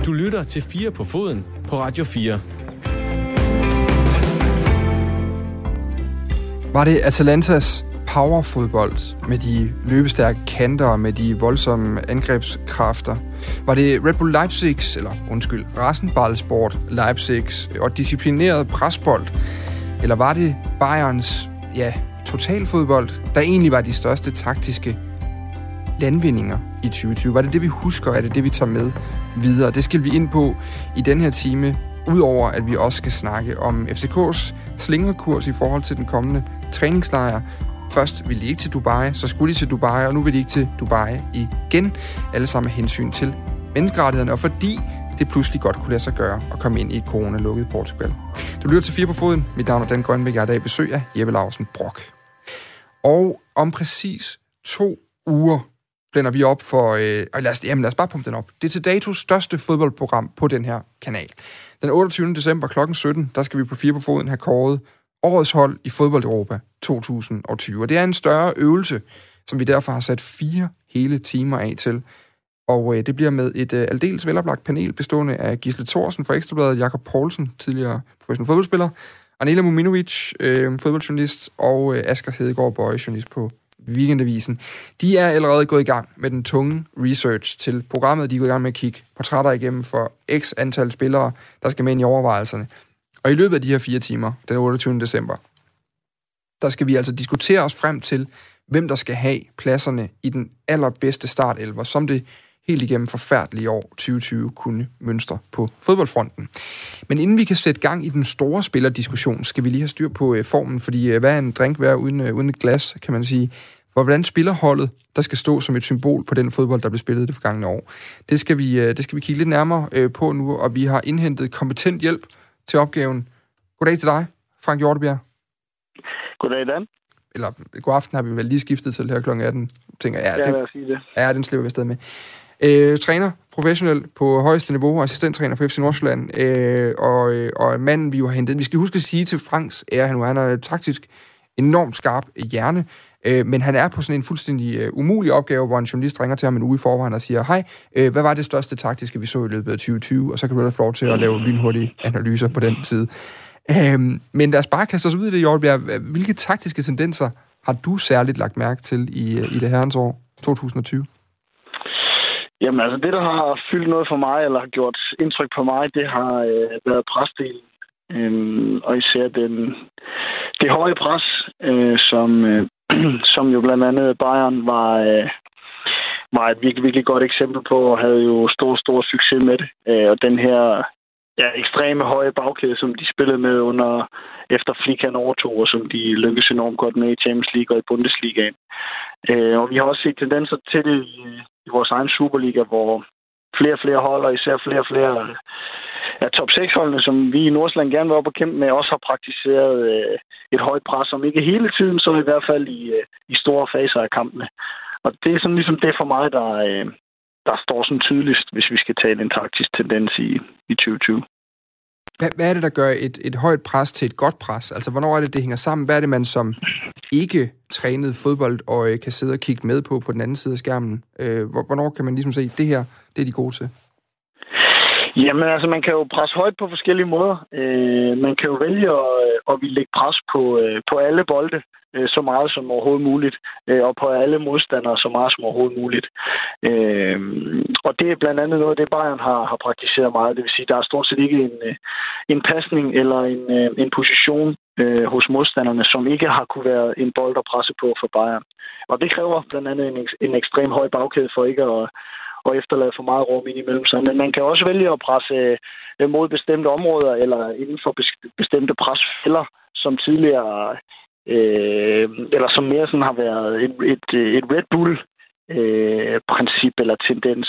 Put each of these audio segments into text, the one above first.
Du lytter til 4 på foden på Radio 4. Var det Atalantas powerfodbold med de løbestærke kanter og med de voldsomme angrebskræfter? Var det Red Bull Leipzigs, Rasenballsport Leipzigs og disciplineret presbold? Eller var det Bayerns, totalfodbold, der egentlig var de største taktiske landvindinger i 2020? Var det det, vi husker? Er det det, vi tager med videre? Det skal vi ind på i den her time, udover at vi også skal snakke om FCK's slingerkurs i forhold til den kommende træningslejr. Først ville de ikke til Dubai, så skulle de til Dubai, og nu vil de ikke til Dubai igen. Alle sammen med hensyn til menneskerettighederne, og fordi det pludselig godt kunne lade sig gøre at komme ind i et corona-lukket Portugal. Du lytter til 4 på foden. Mit navn er Dan Grønbæk. Jeg er i dag besøg af Jeppe Lausen Brock. Og om præcis 2 uger blænder vi op for... lad os bare pumpe den op. Det er til datos største fodboldprogram på den her kanal. Den 28. december kl. 17, der skal vi på 4 på foden have kåret årets hold i fodbold Europa 2020. Og det er en større øvelse, som vi derfor har sat 4 hele timer af til. Og det bliver med et aldeles veloplagt panel bestående af Gisle Thorsen fra Ekstra Bladet, Jakob Poulsen, tidligere professionel fodboldspiller, Anela Muminovic, fodboldjournalist, og Asger Hedegaard Bøje, journalist på Weekendavisen. De er allerede gået i gang med den tunge research til programmet. De er gået i gang med at kigge portrætter igennem for x antal spillere, der skal med ind i overvejelserne. Og i løbet af de her 4 timer, den 28. december, der skal vi altså diskutere os frem til, hvem der skal have pladserne i den allerbedste startelver, som det helt igennem forfærdelige år 2020 kunne mønstre på fodboldfronten. Men inden vi kan sætte gang i den store spillerdiskussion, skal vi lige have styr på formen, fordi hvad er en drink værd uden et glas, kan man sige. For hvordan spiller holdet, der skal stå som et symbol på den fodbold, der blev spillet det forgangne år. Det skal vi kigge lidt nærmere på nu, og vi har indhentet kompetent hjælp til opgaven. Goddag til dig, Frank Hjortebjerg. Goddag, Dan. Eller god aften har vi vel lige skiftet til her kl. 18. Tænker jeg, lad os sige det. Ja, den slipper vi afsted med. Træner, professionel på højeste niveau, assistenttræner for FC Nordsjælland, og manden, vi jo har hentet. Vi skal huske at sige til Franks ære, han er taktisk enormt skarp hjerne, men han er på sådan en fuldstændig umulig opgave, hvor en journalist ringer til ham en uge i forvejen og siger, hej, hvad var det største taktiske, vi så i løbet af 2020? Og så kan du ellers få lov til at lave lynhurtige analyser på den side. Men lad os bare kaste os ud i det, Hjortebjerg. Hvilke taktiske tendenser har du særligt lagt mærke til i det herrens år 2020? Jamen altså, det der har fyldt noget for mig, eller har gjort indtryk på mig, det har været presdelen. Og især det høje pres, som jo blandt andet Bayern var et virkelig, virkelig godt eksempel på, og havde jo stor succes med det. Og den her ekstreme høje bagkæde, som de spillede med efter Flick han overtog, og som de lykkedes enormt godt med i Champions League og i Bundesligaen. Og vi har også set tendenser til det i vores egen Superliga, hvor flere og flere hold, og især flere og flere af top 6-holdene, som vi i Nordsjælland gerne vil op og kæmpe med, også har praktiseret et højt pres, om ikke hele tiden, så i hvert fald i store faser af kampene. Og det er sådan ligesom det for mig, der står sådan tydeligst, hvis vi skal tale en taktisk tendens i 2020. Hvad er det, der gør et højt pres til et godt pres? Altså, hvornår er det hænger sammen? Hvad er det, man som ikke trænet fodbold og kan sidde og kigge med på den anden side af skærmen? Hvornår kan man ligesom se, det her, det er de gode til? Jamen altså, man kan jo presse højt på forskellige måder. Man kan jo vælge at ville lægge pres på alle bolde, så meget som overhovedet muligt, og på alle modstandere så meget som overhovedet muligt. Og det er blandt andet noget af det, Bayern har praktiseret meget. Det vil sige, der er stort set ikke en pasning eller en position hos modstanderne, som ikke har kunne være en bold at presse på for Bayern. Og det kræver blandt andet en ekstrem høj bagkæde for ikke at efterlade for meget rum ind imellem sig. Men man kan også vælge at presse mod bestemte områder eller inden for bestemte presfælder, som tidligere eller som mere sådan har været et Red Bull princip eller tendens.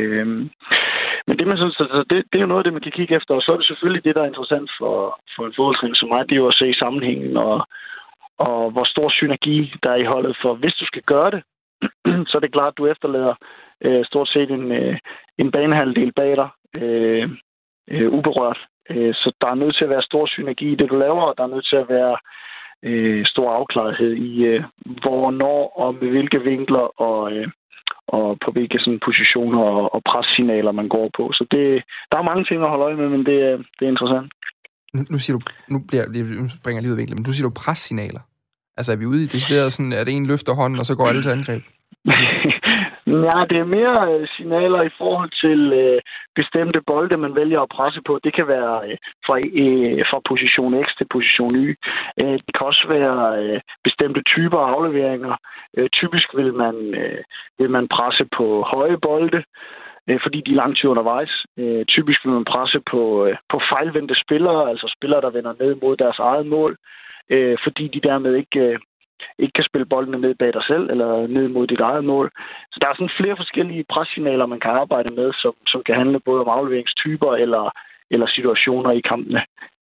Men det, man synes, det er jo noget af det, man kan kigge efter, og så er det selvfølgelig det, der er interessant for en fodboldtræner som mig, det er jo at se sammenhængen og hvor stor synergi der er i holdet. For hvis du skal gøre det, så er det klart, at du efterlader stort set en banehalvdel bag dig uberørt. Så der er nødt til at være stor synergi i det, du laver, og der er nødt til at være stor afklarethed i, hvornår og med hvilke vinkler og på hvilke sådan positioner og pressignaler man går på. Så der er mange ting at holde øje med, men det er interessant. Nu siger du, nu springer jeg lige ud af vinklen, men du siger du pressignaler. Altså er vi ude i det stedet sådan, at en løfter hånden, og så går alle til angreb? Ja, det er mere signaler i forhold til bestemte bolde, man vælger at presse på. Det kan være fra position X til position Y. Det kan også være bestemte typer af afleveringer. Typisk vil man presse på høje bolde, fordi de er lang tid undervejs. Typisk vil man presse på fejlvendte spillere, altså spillere, der vender ned mod deres eget mål, fordi de dermed ikke kan spille boldene ned bag dig selv, eller ned mod dit eget mål. Så der er sådan flere forskellige pressignaler, man kan arbejde med, som kan handle både om afleveringstyper eller situationer i kampene.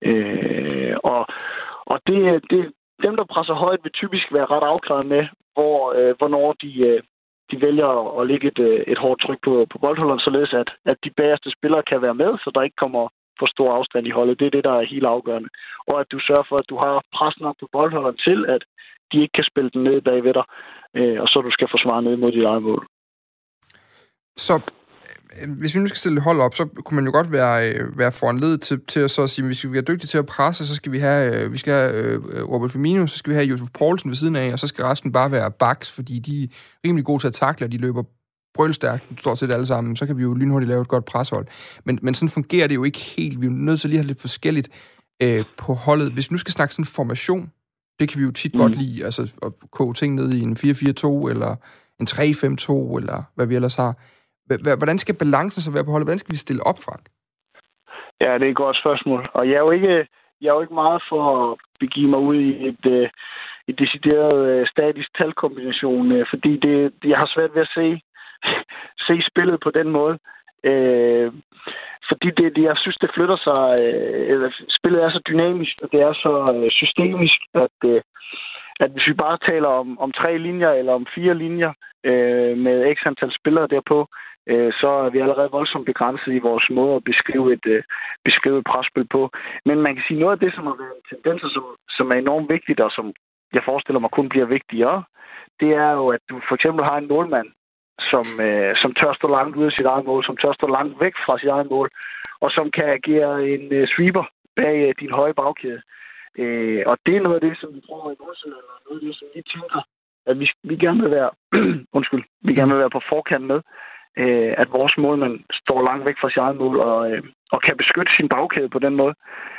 Og dem, der presser højt, vil typisk være ret afklaret med, hvornår de vælger at lægge et hårdt tryk på boldholderen, således at de bagerste spillere kan være med, så der ikke kommer for stor afstand i holdet. Det er det, der er helt afgørende. Og at du sørger for, at du har pres nok på boldholderen til, at de ikke kan spille den ned bagved dig, og så du skal forsvare ned mod dit eget mål. Så hvis vi nu skal stille hold op, så kunne man jo godt være foranledet til at så sige, at hvis vi er dygtige til at presse, så skal vi have Robert Firmino, så skal vi have Josef Poulsen ved siden af, og så skal resten bare være backs, fordi de er rimelig gode til at takle, og de løber brølstærkt, stort set alle sammen, så kan vi jo lynhurtigt lave et godt preshold. Men sådan fungerer det jo ikke helt. Vi er nødt til lige at have lidt forskelligt på holdet. Hvis vi nu skal snakke sådan en formation, det kan vi jo tit godt lide, altså at koge ting ned i en 4-4-2, eller en 3-5-2, eller hvad vi ellers har. Hvordan skal balancen så være på holdet? Hvordan skal vi stille op, Frank? Ja, det er et godt spørgsmål. Og jeg er jo ikke meget for at begive mig ud i et decideret statisk talkombination, fordi jeg har svært ved at se spillet på den måde. Fordi jeg synes, det flytter sig. Spillet er så dynamisk, og det er så systemisk, at hvis vi bare taler om 3 linjer eller om 4 linjer med x antal spillere derpå, så er vi allerede voldsomt begrænset i vores måde at beskrive et presspil på. Men man kan sige, noget af det, som har været tendenser, som er enormt vigtigt, og som jeg forestiller mig kun bliver vigtigere, det er jo, at du for eksempel har en målmand, som tør stå langt ude af sit eget mål, som tør stå langt væk fra sit eget mål, og som kan agere en sweeper bag din høje bagkæde. Og det er noget af det, som vi prøver i Nordsjælland, og noget af det, som vi tænker, at vi gerne vil være vi gerne vil være på forkant med, at vores målmand står langt væk fra sit eget mål og kan beskytte sin bagkæde på den måde.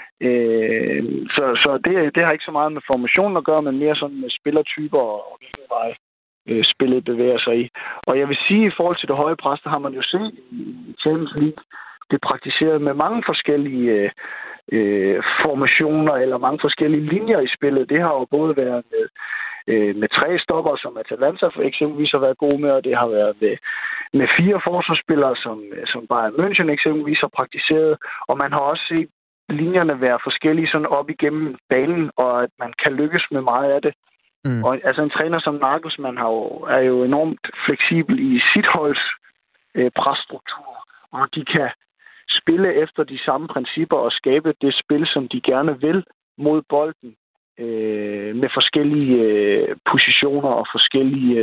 Så det har ikke så meget med formationen at gøre, men mere sådan med spillertyper og hvilken vej spillet bevæger sig i. Og jeg vil sige, i forhold til det høje pres, der har man jo set i Champions League, det er praktiseret med mange forskellige formationer eller mange forskellige linjer i spillet. Det har jo både været med 3 stopper, som Atalanta for eksempelvis har været gode med, og det har været med 4 forsvarsspillere, som Bayern München eksempelvis har praktiseret. Og man har også set linjerne være forskellige sådan op igennem banen, og at man kan lykkes med meget af det. Og altså en træner som Nagelsmann er jo enormt fleksibel i sit holds presstruktur, og de kan spille efter de samme principper og skabe det spil, som de gerne vil mod bolden, med forskellige positioner og forskellige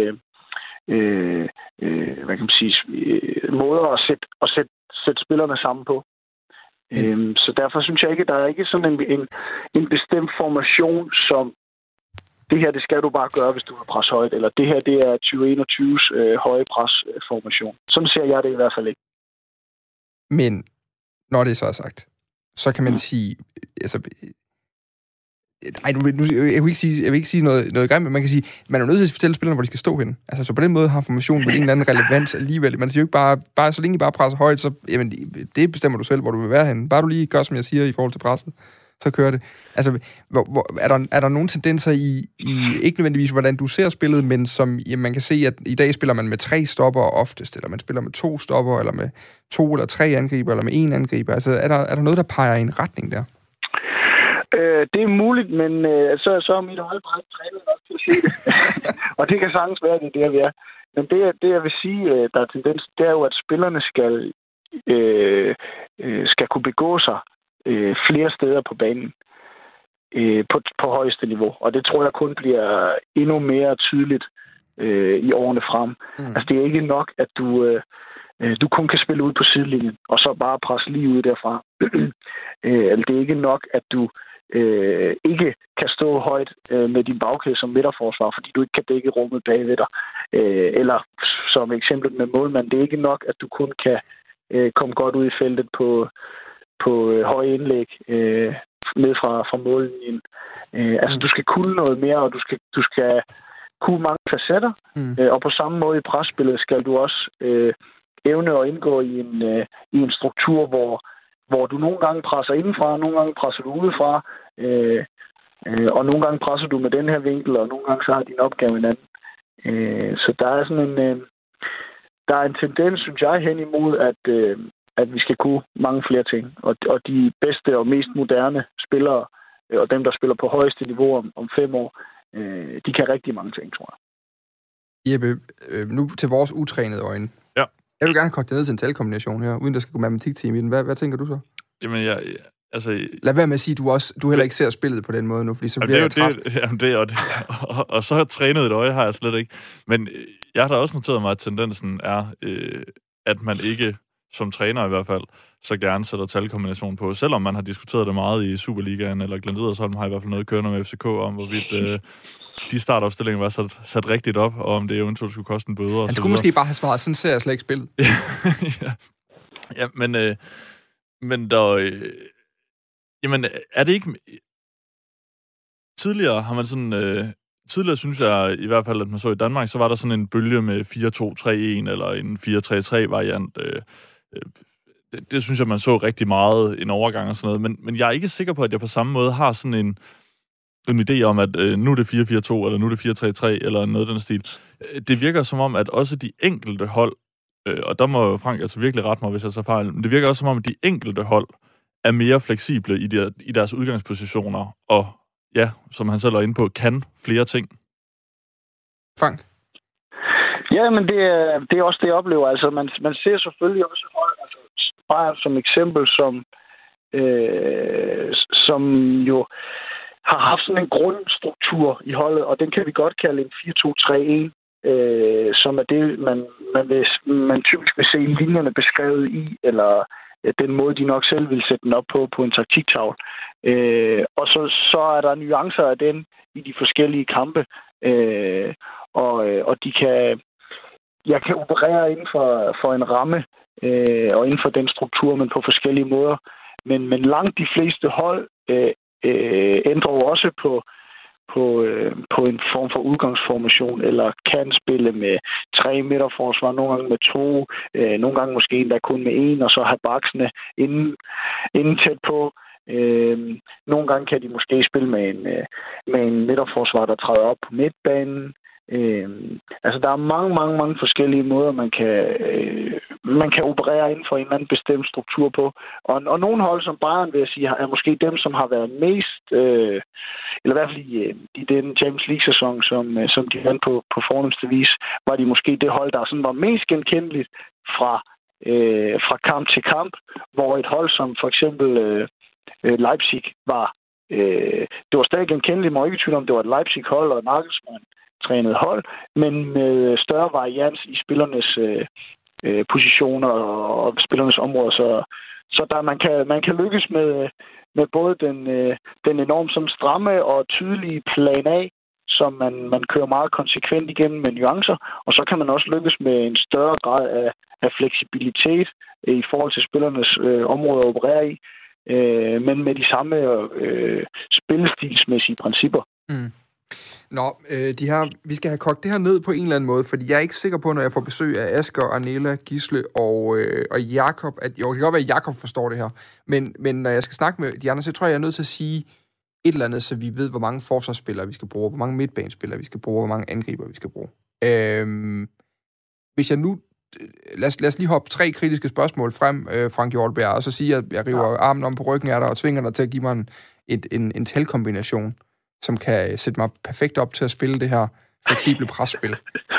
hvad kan man sige, måder at sætte spillerne sammen på. Så derfor synes jeg ikke, at der er ikke sådan en bestemt formation, som det her, det skal du bare gøre, hvis du vil presse højt, eller det her, det er 2021's høje presformation. Sådan ser jeg det i hvert fald ikke. Men når det så er sagt, så kan man sige, altså, jeg vil ikke sige noget grimt, men man kan sige, man er nødt til at fortælle spillerne, hvor de skal stå henne. Altså, så på den måde har formationen vel en eller anden relevans alligevel. Man siger jo ikke bare så længe I bare presser højt, så jamen, det bestemmer du selv, hvor du vil være henne. Bare du lige gør, som jeg siger, i forhold til presset, så kører det. Altså, er der nogle tendenser i ikke nødvendigvis, hvordan du ser spillet, men som man kan se, at i dag spiller man med 3 stopper oftest, eller man spiller med 2 stopper, eller med 2 eller 3 angriber, eller med 1 angriber. Altså, er der noget, der peger i en retning der? Det er muligt, men så er mit hold bare ikke trænet nok til at se det. Og det kan sagtens være, det der vi er. Men det jeg vil sige, der er tendens, det er jo, at spillerne skal kunne begå sig flere steder på banen på højeste niveau. Og det tror jeg kun bliver endnu mere tydeligt i årene frem. Altså, det er ikke nok, at du kun kan spille ud på sidelinjen, og så bare presse lige ud derfra. Det er ikke nok, at du ikke kan stå højt med din bagkæde som midterforsvar, fordi du ikke kan dække rummet bagved dig. Eller som eksempel med målmand, det er ikke nok, at du kun kan komme godt ud i feltet på høje indlæg ned fra mållinjen. Altså, du skal kunne noget mere, og du skal kunne mange facetter, og på samme måde i presspillet skal du også evne at indgå i en struktur, hvor du nogle gange presser indenfra, nogle gange presser du udefra, og nogle gange presser du med den her vinkel, og nogle gange så har din opgave en anden. Så der er sådan der er en tendens, synes jeg, hen imod, at vi skal kunne mange flere ting. Og de bedste og mest moderne spillere, og dem, der spiller på højeste niveau om 5 år, de kan rigtig mange ting, tror jeg. Jeppe, nu til vores utrænede øjne. Ja. Jeg vil gerne korte det ned til en talkombination her, uden der skal gå matematik-team i den. Hvad tænker du så? Jamen, lad være med at sige, at du heller ikke ser spillet på den måde nu, fordi så bliver jeg træt. Og så trænet et øje har jeg slet ikke. Men jeg har da også noteret mig, at tendensen er, at man ikke, som træner i hvert fald, så gerne sætter talkombination på. Selvom man har diskuteret det meget i Superligaen, eller Glenn Riddersholm har i hvert fald noget kørende med FCK om, hvorvidt de startopstillinger var sat rigtigt op, og om det eventuelt skulle koste en bøde. Han skulle måske bare have svaret, sådan ser jeg slet ikke spillet. Ja, men der... Jamen, er det ikke... Tidligere har man sådan... Tidligere synes jeg i hvert fald, at man så i Danmark, så var der sådan en bølge med 4-2-3-1 eller en 4-3-3-variant. Det synes jeg, man så rigtig meget en overgang og sådan noget. Men jeg er ikke sikker på, at jeg på samme måde har sådan en idé om, at nu er det 4-4-2, eller nu er det 4-3-3, eller noget af den stil. Det virker som om, at også de enkelte hold, og der må Frank altså virkelig rette mig, hvis jeg tager fejl, men det virker også som om, at de enkelte hold er mere fleksible i deres udgangspositioner, og ja, som han selv er inde på, kan flere ting. Frank? Ja, men det er også det, jeg oplever. Altså, man ser selvfølgelig også hold, altså bare som eksempel, som jo har haft sådan en grundstruktur i holdet, og den kan vi godt kalde en 4-2-3-1, som er det, man typisk vil se linjerne beskrevet i, eller den måde, de nok selv vil sætte den op på en taktiktavle. Og så er der nuancer af den i de forskellige kampe, og jeg kan operere inden for en ramme, og inden for den struktur, men på forskellige måder. Men langt de fleste hold ændrer jo også på en form for udgangsformation, eller kan spille med 3 midterforsvar, nogle gange med 2, nogle gange måske endda kun med 1, og så have baksene inden tæt på. Nogle gange kan de måske spille med en midterforsvar, der træder op på midtbanen. Altså, der er mange forskellige måder, man kan operere inden for en eller anden bestemt struktur på. Og nogle hold, som Bayern, vil jeg sige, er måske dem, som har været mest, eller i hvert fald i den Champions League-sæson, som de vandt på fornemste vis, var de måske det hold, der sådan var mest genkendeligt fra kamp til kamp, hvor et hold som for eksempel Leipzig var, det var stadig genkendeligt, man var ikke i tvivl om, det var et Leipzig-hold og Nagelsmann trænet hold, men med større varians i spillernes positioner og spillernes områder. Så der man kan lykkes med både den enormt sådan stramme og tydelige plan A, som man kører meget konsekvent igennem med nuancer, og så kan man også lykkes med en større grad af fleksibilitet i forhold til spillernes områder at operere i, men med de samme spillestilsmæssige principper. Mm. Nå, vi skal have kogt det her ned på en eller anden måde, fordi jeg er ikke sikker på, når jeg får besøg af Asger, Arnella, Gisle og Jakob, at jo, det kan godt være, at Jakob forstår det her, men når jeg skal snakke med de andre, så tror jeg er nødt til at sige et eller andet, så vi ved, hvor mange forsvarsspillere vi skal bruge, hvor mange midtbanespillere vi skal bruge, hvor mange angriber vi skal bruge. Hvis jeg nu lad os lige hoppe 3 kritiske spørgsmål frem, Frank Hjortberg, og så sige, at jeg river armen om på ryggen af dig og tvinger dig til at give mig en talkombination, som kan sætte mig perfekt op til at spille det her fleksible presspil.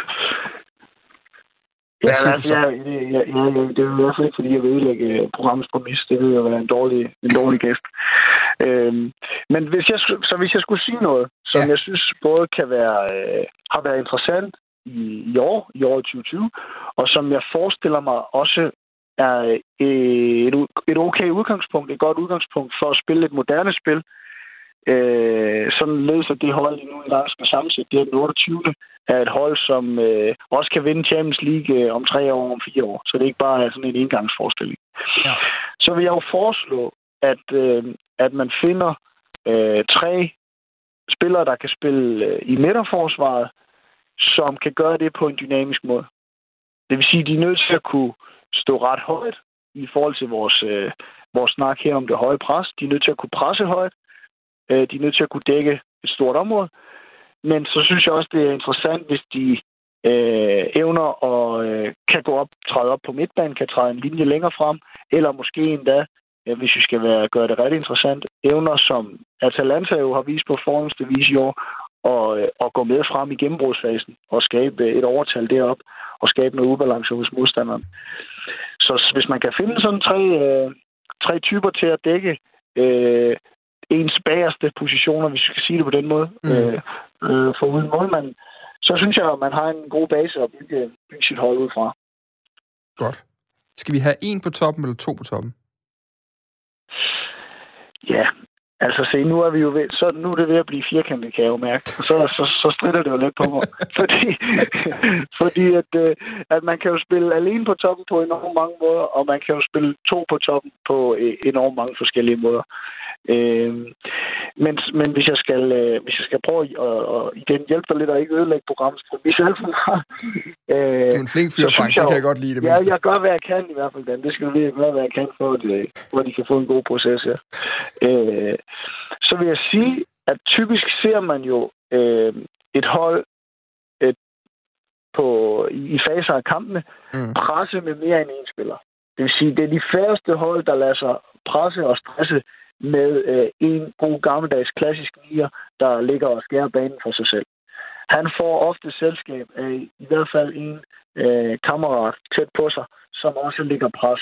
Hvad siger du så? Det er jo i hvert fald ikke, fordi jeg vil ødelægge programmets præmis. Det vil jo være en dårlig gæst. Men hvis jeg skulle sige noget, som jeg synes både har været interessant, i år 2020, og som jeg forestiller mig også er et okay udgangspunkt, et godt udgangspunkt for at spille et moderne spil. Sådan ledes at det hold, nu i dag skal sammensætte, det er den 28. er et hold, som også kan vinde Champions League om 3 år, om 4 år. Så det er ikke bare sådan en engangsforestilling. Ja. Så vil jeg jo foreslå, at man finder 3 spillere, der kan spille i midterforsvaret, som kan gøre det på en dynamisk måde. Det vil sige, at de er nødt til at kunne stå ret højt i forhold til vores snak her om det høje pres. De er nødt til at kunne presse højt. De er nødt til at kunne dække et stort område. Men så synes jeg også, det er interessant, hvis de evner og kan træde op på midtbanen, kan træde en linje længere frem, eller måske endda, hvis vi skal gøre det ret interessant, evner, som Atalanta jo har vist på fornemste vis i år, og gå med frem i gennembrudsfasen og skabe et overtal derop og skabe noget ubalance hos modstanderen. Så hvis man kan finde sådan 3 typer til at dække ens bagerste positioner, hvis vi skal sige det på den måde, for uden målmanden, så synes jeg, at man har en god base at bygge sit hold ud fra. Godt. Skal vi have 1 på toppen eller 2 på toppen? Ja, altså se, nu er vi jo nu er det ved at blive firkantet, kan jeg jo mærke. Så strider det jo lidt på mig. Fordi at man kan jo spille alene på toppen på enormt mange måder, og man kan jo spille 2 på toppen på enormt mange forskellige måder. Men hvis jeg skal prøve at igen hjælpe dig lidt og ikke ødelægge programmet for mig selv for meget. Du er en flink fyr, Frank. Det kan jeg godt lide det mindste. Ja, jeg gør, hvad jeg kan i hvert fald, Dan. Det skal du lige gøre, hvad jeg kan for, at de kan få en god proces her. Så vil jeg sige, at typisk ser man jo et hold i faser af kampene presse med mere end en spiller. Det vil sige, det er de færreste hold, der lader sig presse og stresse med en god gammeldags klassisk nier, der ligger og skærer banen for sig selv. Han får ofte selskab af i hvert fald en kammerat tæt på sig, som også ligger pres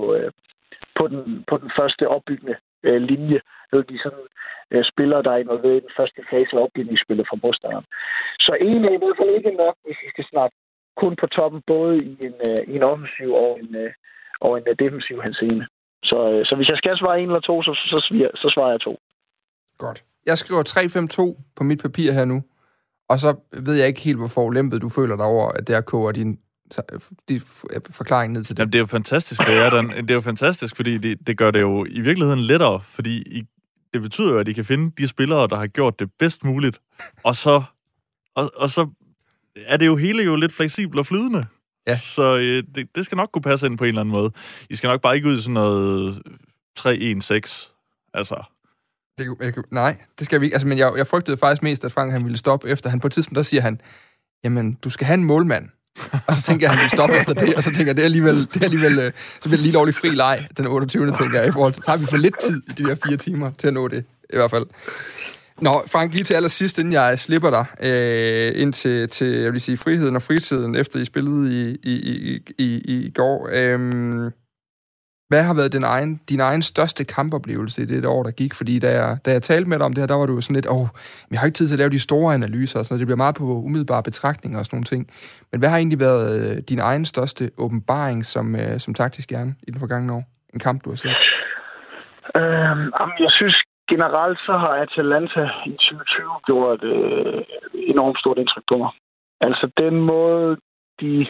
på den første opbyggende linje. Det er de sådan spillere, der er involveret i den første fase af opbygningsspillet fra modstanderen. Så en er i hvert fald ikke nok, hvis vi skal snakke kun på toppen, både i en offensiv og en defensiv henseende. Så hvis jeg skal svare 1 eller 2, så svarer jeg 2. Godt. Jeg skriver 3-5-2 på mit papir her nu, og så ved jeg ikke helt, hvor forulæmpet du føler dig over, at der koger din forklaring ned til det. Jamen, det er jo fantastisk for jer, det er jo fantastisk, fordi det gør det jo i virkeligheden lettere, fordi det betyder jo, at I kan finde de spillere, der har gjort det bedst muligt, og så er det jo hele jo lidt fleksibelt og flydende. Ja. Så det skal nok kunne passe ind på en eller anden måde. I skal nok bare ikke ud i sådan noget 3-1-6. Altså. Nej, det skal vi ikke. Altså, men jeg frygtede faktisk mest, at Frank han ville stoppe efter. Han på et tidspunkt, der siger han, jamen, du skal have en målmand. Og så tænker jeg, han ville stoppe efter det, og så tænker jeg, det er alligevel så bliver det lige lovlig fri leg, den 28. tænker jeg, i forhold til, så har vi for lidt tid i de der 4 timer til at nå det, i hvert fald. Nå, Frank, lige til allersidst, inden jeg slipper dig ind til jeg vil sige, friheden og fritiden, efter I spillede i går. Hvad har været din egen største kampoplevelse i det år, der gik? Fordi da jeg talte med dig om det her, der var du jo sådan lidt, jeg har ikke tid til at lave de store analyser, så det bliver meget på umiddelbare betragtninger og sådan nogle ting. Men hvad har egentlig været din egen største åbenbaring som taktisk hjerne i den forgangne år? En kamp, du har set? Jeg synes generelt, så har Atalanta i 2020 gjort et enormt stort indtryk på mig. Altså den måde, de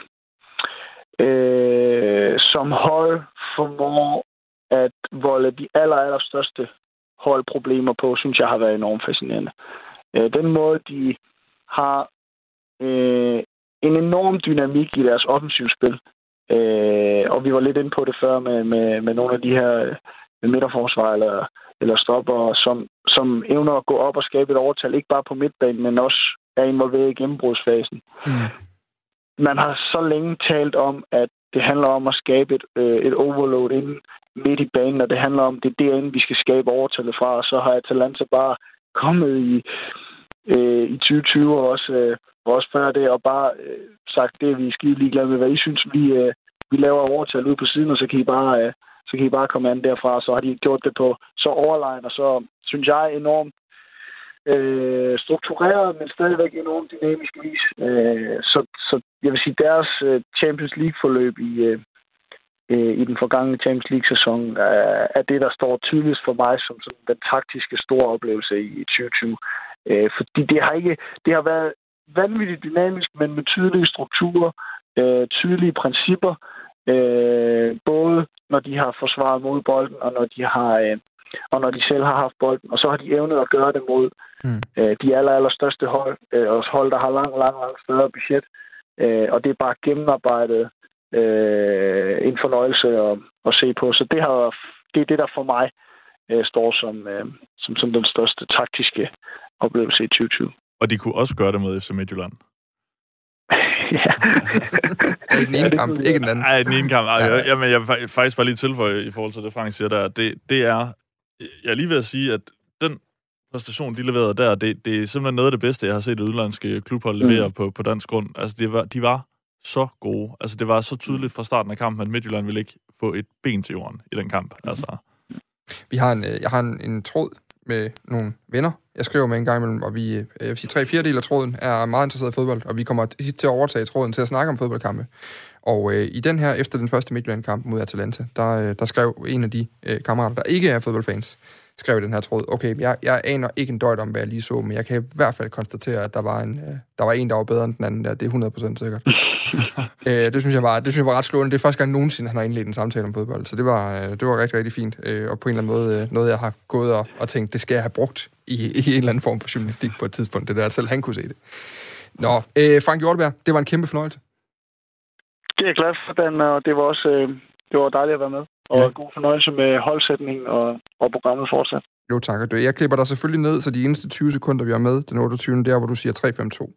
som hold formår at volde de allerstørste holdproblemer på, synes jeg har været enormt fascinerende. Den måde, de har en enorm dynamik i deres offensivspil. Og vi var lidt inde på det før med nogle af de her midterforsvar eller stopper, som evner at gå op og skabe et overtal, ikke bare på midtbanen, men også er involveret i gennembrudsfasen. Man har så længe talt om, at det handler om at skabe et overload inden midt i banen, og det handler om, det er derinde, vi skal skabe overtallet fra, og så har Atalanta bare kommet i 2020 og også før det, og bare sagt, det er vi skide ligeglade med, hvad I synes, vi laver overtal ud på siden, og så kan I bare komme an derfra, så har de gjort det på så overlegn, og så synes jeg enormt struktureret, men stadigvæk enormt dynamisk vis. Så jeg vil sige, deres Champions League-forløb i den forgangne Champions League-sæson er det, der står tydeligst for mig som den taktiske store oplevelse i 2020. Fordi det har været vanvittigt dynamisk, men med tydelige strukturer, tydelige principper, både når de har forsvaret mod bolden, og når de selv har haft bolden, og så har de evnet at gøre det mod de allerstørste hold, og hold, der har langt større budget. Og det er bare gennemarbejdet en fornøjelse at se på. Så det er det, der for mig står som den største taktiske oplevelse i 2020. Og de kunne også gøre det mod FC Midtjylland. Ja. Den ene kamp, ikke den anden. Nej, den ene kamp. Jamen, jeg vil faktisk bare lige tilføje i forhold til det, Frank siger der. Det er, jeg er lige ved at sige, at den præstation, de leverede der, det er simpelthen noget af det bedste, jeg har set udlandske klubhold levere på dansk grund. Altså, de var så gode. Altså, det var så tydeligt fra starten af kampen, at Midtjylland ville ikke få et ben til jorden i den kamp. Altså. Jeg har en tråd med nogle venner. Jeg skriver med en gang imellem, og jeg vil sige, 3/4 af tråden er meget interesseret i fodbold, og vi kommer til at overtage tråden til at snakke om fodboldkampe. Og i den her, efter den første Midtjylland-kamp mod Atalanta, der skrev en af de kammerater, der ikke er fodboldfans, skrev i den her tråd, okay, jeg aner ikke en døjt om, hvad jeg lige så, men jeg kan i hvert fald konstatere, at der var en, der var bedre end den anden der. Det er 100% sikkert. Det synes jeg var ret slående. Det er første gang nogensinde, han har indledt en samtale om fodbold, så det var rigtig, rigtig fint. Og på en eller anden måde noget, jeg har gået og tænkt, det skal jeg have brugt i en eller anden form for journalistik på et tidspunkt, det der, selv han kunne se det. Nå, Frank Hjorteberg, det var en kæmpe fornøjelse. Det er jeg glad for, Dan, og det var også det var dejligt at være med. Og god fornøjelse med holdsætning og programmet fortsat. Jo, tak. Jeg klipper dig selvfølgelig ned, så de eneste 20 sekunder, vi har med, den 28. der, hvor du siger 3-5-2.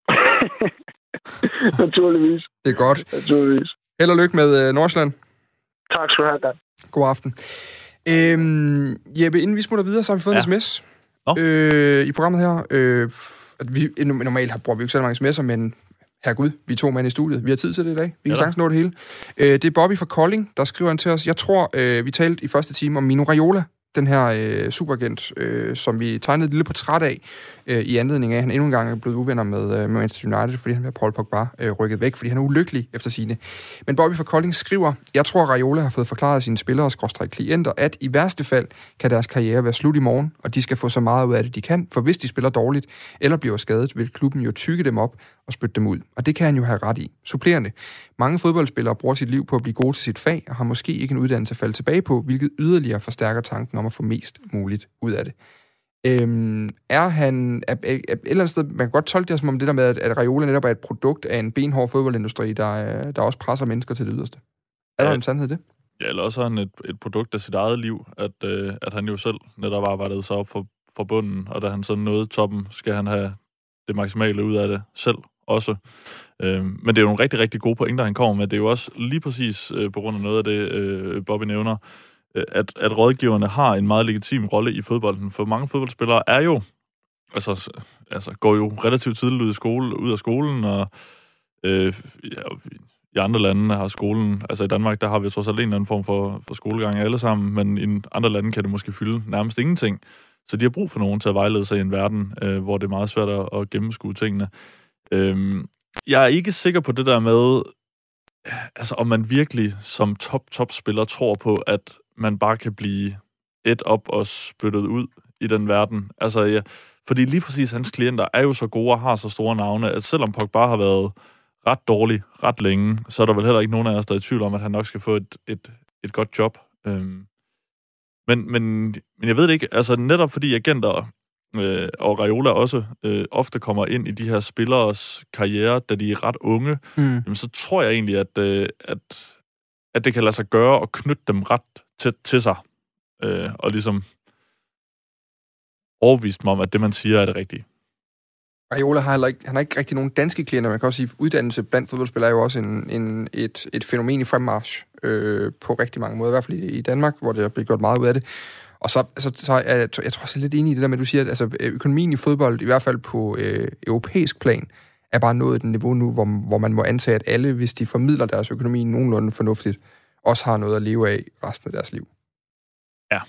Naturligvis. Det er godt. Naturligvis. Held og lykke med Nordsjælland. Tak skal du have, Dan. God aften. Jeppe, inden vi smutter videre, så har vi fået en sms i programmet her. At vi normalt bruger vi ikke så mange sms'er, men herregud, vi er 2 mænd i studiet. Vi har tid til det i dag. Vi kan sagtens nå det hele. Det er Bobby fra Kolding, der skriver til os. Jeg tror, vi talte i første time om Mino Raiola, den her superagent, som vi tegnede et lille portræt af i anledning af, at han endnu en gang er blevet uvenner med Manchester United, fordi han med Paul Pogba rykket væk, fordi han er ulykkelig efter sine. Men Bobby fra Kolding skriver, jeg tror, Raiola har fået forklaret sine spillere og klienter, at i værste fald kan deres karriere være slut i morgen, og de skal få så meget ud af det, de kan, for hvis de spiller dårligt eller bliver skadet, vil klubben jo tygge dem op og spytte dem ud. Og det kan han jo have ret i. Supplerende. Mange fodboldspillere bruger sit liv på at blive gode til sit fag, og har måske ikke en uddannelse at falde tilbage på, hvilket yderligere forstærker tanken om at få mest muligt ud af det. Er han et eller andet sted, man kan godt tolke det som om det der med, at Raiola netop er et produkt af en benhård fodboldindustri, der også presser mennesker til det yderste. Er der en sandhed i det? Ja, eller også er han et produkt af sit eget liv, at han jo selv netop arbejdede sig op for bunden, og da han så nåede toppen, skal han have det maksimale ud af det selv også. Men det er jo nogle rigtig, rigtig gode pointer, han kommer med. Det er jo også lige præcis på grund af noget af det, Bobby nævner, at rådgiverne har en meget legitim rolle i fodbolden. For mange fodboldspillere er jo, altså går jo relativt tidligt ud af skolen, og i andre lande har skolen, altså i Danmark, der har vi trods alt en eller anden form for skolegang alle sammen, men i andre lande kan det måske fylde nærmest ingenting. Så de har brug for nogen til at vejlede sig i en verden, hvor det er meget svært at gennemskue tingene. Jeg er ikke sikker på det der med, altså om man virkelig som top-spiller tror på, at man bare kan blive et op og spyttet ud i den verden. Altså, fordi lige præcis hans klienter er jo så gode og har så store navne, at selvom Pogba har været ret dårlig ret længe, så er der vel heller ikke nogen af os, der er i tvivl om, at han nok skal få et godt job. Men jeg ved det ikke, altså netop fordi agenter og Raiola også ofte kommer ind i de her spilleres karriere, da de er ret unge, jamen, så tror jeg egentlig, at det kan lade sig gøre at knytte dem ret tæt til sig, og ligesom overbevist mig om, at det, man siger, er det rigtige. Raiola han har ikke rigtig nogen danske klienter. Man kan også sige, at uddannelse blandt fodboldspillere er jo også et fænomen i fremmarch på rigtig mange måder, i hvert fald i Danmark, hvor det er blevet gjort meget ud af det. Og så jeg tror også lidt enig i det der med, at du siger, at altså, økonomien i fodbold, i hvert fald på europæisk plan, er bare nået et niveau nu, hvor man må antage, at alle, hvis de formidler deres økonomi nogenlunde fornuftigt, også har noget at leve af resten af deres liv. Ja,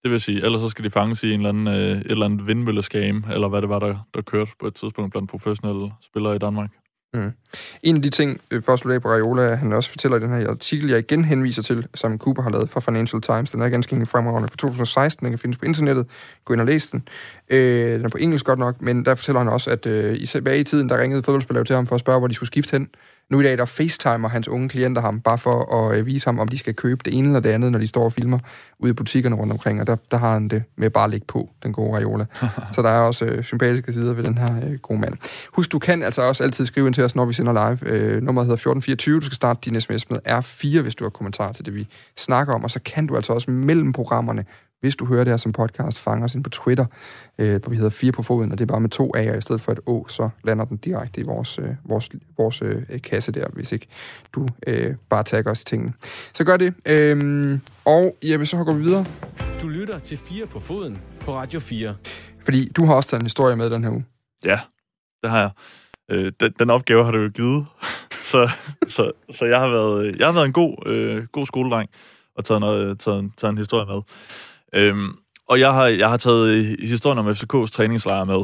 Det vil sige, ellers så skal de fanges i en eller anden, et eller andet vindmølleskam, eller hvad det var, der kørte på et tidspunkt blandt professionelle spillere i Danmark. Mm. En af de ting, for at slutte af på Raiola, han også fortæller i den her artikel, jeg igen henviser til, som Cooper har lavet fra Financial Times. Den er ganske fremragende fra 2016, den kan findes på internettet. Gå ind og læs den. Den er på engelsk godt nok, men der fortæller han også, at tilbage i tiden, der ringede fodboldspillere til ham for at spørge, hvor de skulle skifte hen. Nu i dag, der facetimer hans unge klienter ham, bare for at vise ham, om de skal købe det ene eller det andet, når de står og filmer ude i butikkerne rundt omkring, og der har han det med bare at lægge på, den gode Raiola. Så der er også sympatiske sider ved den her gode mand. Husk, du kan altså også altid skrive ind til os, når vi sender live. Nummeret hedder 1424. Du skal starte din sms med R4, hvis du har kommentarer til det, vi snakker om, og så kan du altså også mellem programmerne, hvis du hører det her som podcast, fanger os ind på Twitter, hvor vi hedder 4 på foden, og det er bare med 2 A'er i stedet for et Å, så lander den direkte i vores kasse der, hvis ikke du bare tagger os i tingene. Så gør det. Og Jeppe, så går vi videre. Du lytter til 4 på foden på Radio 4. Fordi du har også taget en historie med den her uge. Ja, det har jeg. Den opgave har du jo givet. så jeg har været en god skoledreng og taget en historie med. Og jeg har taget historien om FCK's træningslejr med,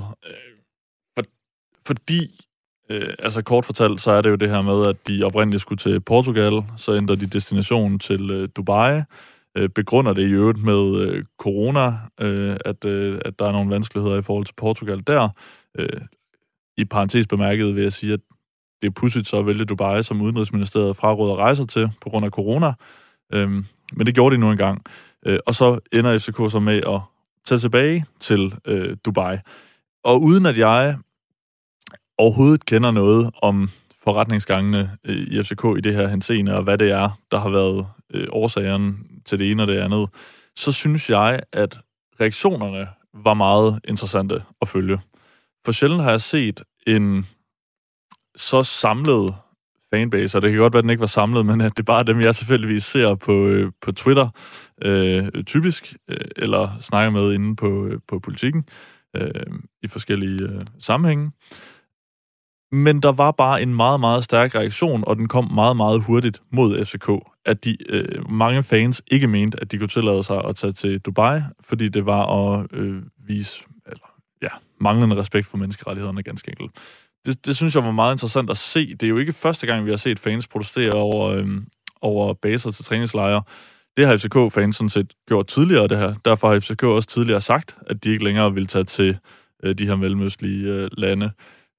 fordi, altså kort fortalt, så er det jo det her med, at de oprindeligt skulle til Portugal, så ændrer de destination til Dubai, begrunder det i øvrigt med corona, at der er nogle vanskeligheder i forhold til Portugal der. I parentes bemærket vil jeg sige, at det er pudsigt så at vælge Dubai, som Udenrigsministeriet fraråder rejser til på grund af corona, men det gjorde de nu engang. Og så ender FCK så med at tage tilbage til Dubai. Og uden at jeg overhovedet kender noget om forretningsgangene i FCK i det her henseende, og hvad det er, der har været årsagerne til det ene og det andet, så synes jeg, at reaktionerne var meget interessante at følge. For sjældent har jeg set en så samlet fanbase, og det kan godt være, at den ikke var samlet, men at det bare er dem, jeg selvfølgelig ser på Twitter, typisk, eller snakker med inde på Politikken, i forskellige sammenhænge. Men der var bare en meget, meget stærk reaktion, og den kom meget, meget hurtigt mod FCK, at de mange fans ikke mente, at de kunne tillade sig at tage til Dubai, fordi det var at vise manglende respekt for menneskerettighederne, ganske enkelt. Det synes jeg var meget interessant at se. Det er jo ikke første gang, vi har set fans protestere over baser til træningslejre. Det har FCK-fans sådan set gjort tidligere, det her. Derfor har FCK også tidligere sagt, at de ikke længere vil tage til de her mellemøstlige lande.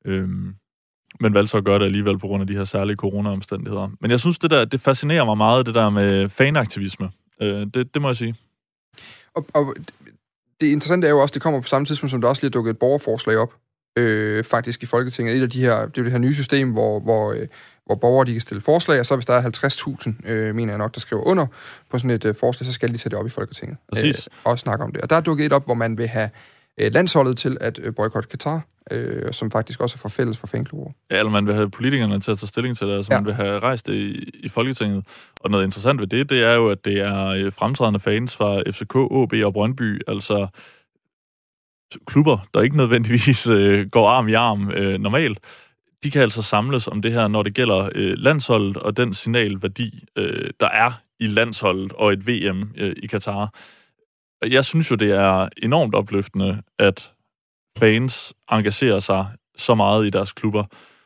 Men valgte så at gøre det alligevel på grund af de her særlige corona-omstændigheder. Men jeg synes, det fascinerer mig meget, det der med fanaktivisme. Det må jeg sige. Og det interessante er jo også, det kommer på samme tidspunkt, som der også lige er dukket et borgerforslag op, faktisk i Folketinget. Et af de her, det er det her nye system, hvor borgere de kan stille forslag, og så hvis der er 50.000, mener jeg nok, der skriver under på sådan et forslag, så skal de sætte det op i Folketinget. Og snakke om det. Og der er dukket et op, hvor man vil have landsholdet til at boykotte Qatar, som faktisk også er for fælles for fanklubber. Ja, eller man vil have politikerne til at tage stilling til det, altså man vil have rejst det i Folketinget. Og noget interessant ved det er jo, at det er fremtrædende fans fra FCK, OB og Brøndby, altså klubber, der ikke nødvendigvis går arm i arm normalt. De kan altså samles om det her, når det gælder landsholdet og den signalværdi, der er i landsholdet og et VM i Katar. Jeg synes jo, det er enormt opløftende, at fans engagerer sig så meget i deres klubber.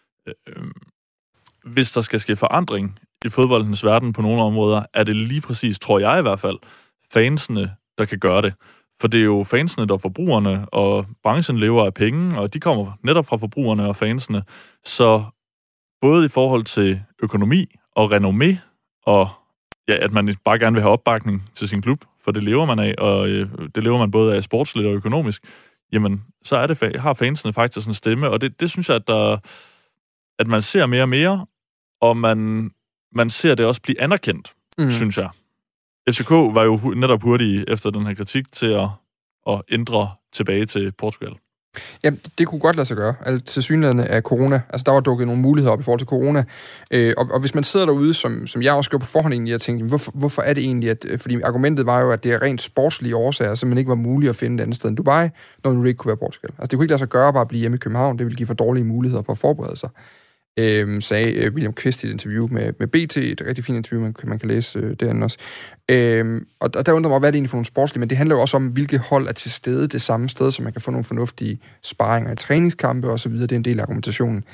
Hvis der skal ske forandring i fodboldens verden på nogle områder, er det lige præcis, tror jeg i hvert fald, fansene, der kan gøre det. For det er jo fansene, der er forbrugerne, og branchen lever af penge, og de kommer netop fra forbrugerne og fansene. Så både i forhold til økonomi og renommé, og at man bare gerne vil have opbakning til sin klub, for det lever man af, og det lever man både af sportsligt og økonomisk, jamen, så er det, har fansene faktisk en stemme, og det synes jeg, at man ser mere og mere, og man ser det også blive anerkendt, synes jeg. FCK var jo netop hurtige efter den her kritik til at ændre tilbage til Portugal. Ja, det kunne godt lade sig gøre. Altså tilsyneladende af corona. Altså, der var dukket nogle muligheder op i forhold til corona. Og hvis man sidder derude, som jeg også gjorde på forhånd egentlig, jeg tænkte, hvorfor er det egentlig, at... Fordi argumentet var jo, at det er rent sportslige årsager, så man ikke var muligt at finde et andet sted end Dubai, når det ikke kunne være Portugal. Altså, det kunne ikke lade sig gøre bare at blive hjemme i København. Det ville give for dårlige muligheder for at forberede sig. sagde William Kvist i et interview med BT, et rigtig fint interview, man kan læse derinde også. Og der undrer mig, hvad er det egentlig for nogle sportslige, men det handler jo også om, hvilke hold er til stede det samme sted, så man kan få nogle fornuftige sparringer i træningskampe og så videre. Det er en del af argumentationen.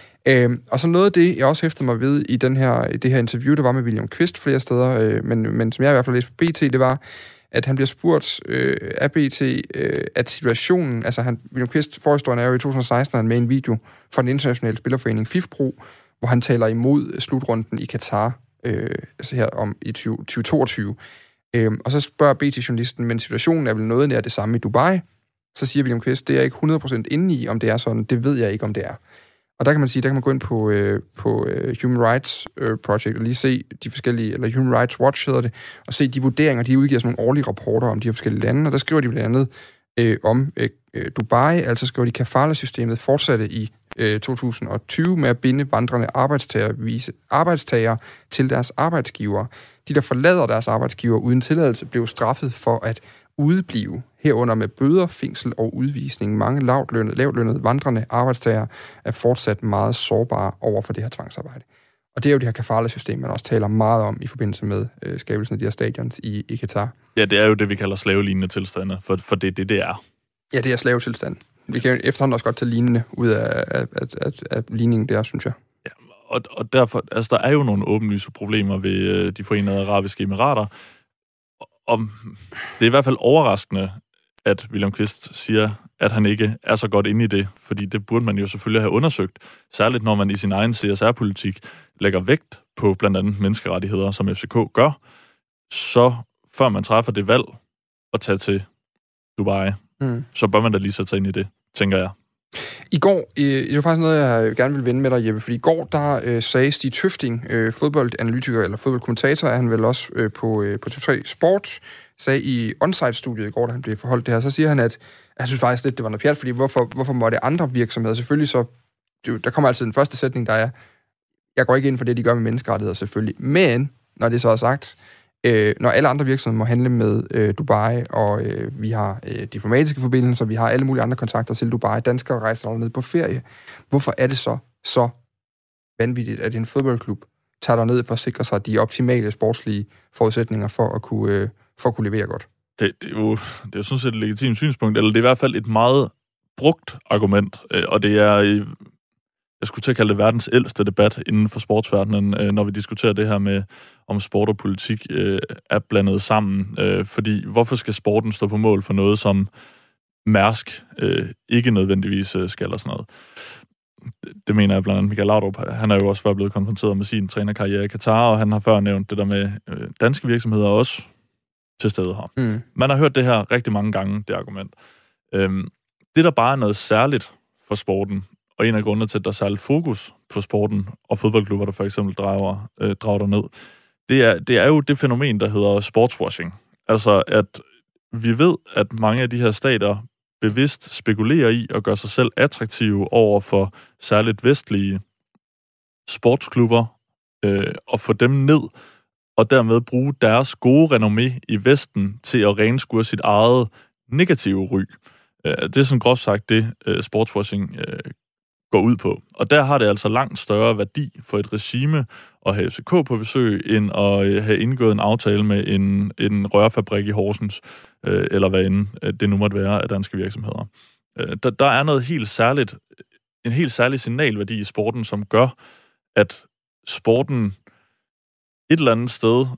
Og så noget af det, jeg også hæfter mig ved i det her interview, der var med William Kvist flere steder, men som jeg i hvert fald læste på BT, det var, at han bliver spurgt af BT, at situationen, altså William Kvist, forhistorien er jo i 2016, han med en video fra den internationale spillerforening FIFPro, hvor han taler imod slutrunden i Katar, altså her om i 2022. Og så spørger BT-journalisten, men situationen er vel noget nær det samme i Dubai? Så siger William Kvist, det er jeg ikke 100% inde i, om det er sådan, det ved jeg ikke, om det er. Og der kan man sige, der kan man gå ind på Human Rights Project og lige se de forskellige, eller Human Rights Watch hedder det, og se de vurderinger, de udgiver sådan nogle årlige rapporter om de her forskellige lande, og der skriver de blandt andet om Dubai, altså skriver de, kafala-systemet fortsatte i 2020 med at binde vandrende arbejdstagere til deres arbejdsgivere. De, der forlader deres arbejdsgiver uden tilladelse, blev straffet for at udeblive, herunder med bøder, fængsel og udvisning. Mange lavtlønnede vandrende arbejdstagere er fortsat meget sårbare over for det her tvangsarbejde. Og det er jo det her kafala-system, man også taler meget om i forbindelse med skabelsen af de her stadions i Katar. Ja, det er jo det, vi kalder slavelignende tilstande, for det er. Ja, det er slavetilstand. Vi kan efterhånden også godt tage lignende ud af ligningen der, synes jeg. Ja, og derfor, altså der er jo nogle åbenlyse problemer ved de Forenede Arabiske Emirater. Og det er i hvert fald overraskende, at William Kvist siger, at han ikke er så godt inde i det, fordi det burde man jo selvfølgelig have undersøgt, særligt når man i sin egen CSR-politik lægger vægt på blandt andet menneskerettigheder, som FCK gør, så før man træffer det valg at tage til Dubai, så bør man da lige sætte sig ind i det, tænker jeg. I går, det var faktisk noget, jeg gerne vil vende med dig, Jeppe, fordi i går, der sagde Stig Tøfting, fodboldanalytiker eller fodboldkommentator, er han vel også på TV3 Sport, sagde i Onsite-studiet i går, da han blev forholdt det her, så siger han, at han synes faktisk lidt, det var noget pjat, fordi hvorfor må det andre virksomheder? Selvfølgelig så, der kommer altid den første sætning, der er, jeg går ikke ind for det, de gør med menneskerettigheder selvfølgelig, men når det så er sagt, når alle andre virksomheder må handle med Dubai, og vi har diplomatiske forbindelser, vi har alle mulige andre kontakter til Dubai, danskere rejser derned på ferie, hvorfor er det så vanvittigt, at en fodboldklub tager derned for at sikre sig de optimale sportslige forudsætninger for at kunne levere godt? Det er jo sådan set et legitimt synspunkt, eller det er i hvert fald et meget brugt argument, og det er, jeg skulle til at kalde det verdens ældste debat inden for sportsverdenen, når vi diskuterer det her med, om sport og politik er blandet sammen. Fordi hvorfor skal sporten stå på mål for noget, som Mærsk ikke nødvendigvis skal, eller sådan noget? Det mener jeg blandt andet Michael Laudrup. Han er jo også blevet konfronteret med sin trænerkarriere i Katar, og han har før nævnt det der med danske virksomheder også til stede her. Man har hørt det her rigtig mange gange, det argument. Det, der bare er noget særligt for sporten, og en af grundene til, at der er særligt fokus på sporten og fodboldklubber, der for eksempel drager der ned, det er jo det fænomen, der hedder sportswashing. Altså, at vi ved, at mange af de her stater bevidst spekulerer i at gøre sig selv attraktive over for særligt vestlige sportsklubber og få dem ned, og dermed bruge deres gode renommé i Vesten til at renskure sit eget negative ry. Det er sådan groft sagt det, sportswashing går ud på. Og der har det altså langt større værdi for et regime at have FCK på besøg, end at have indgået en aftale med en rørfabrik i Horsens, eller hvad end det nu måtte være af danske virksomheder. Der er noget helt særligt, en helt særlig signalværdi i sporten, som gør, at sporten et eller andet sted,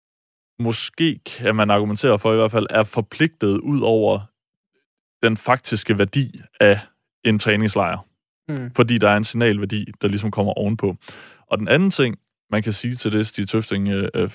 måske kan man argumentere for i hvert fald, er forpligtet ud over den faktiske værdi af en træningslejr. Fordi der er en signalværdi, der ligesom kommer ovenpå. Og den anden ting, man kan sige til det, Stig Tøfting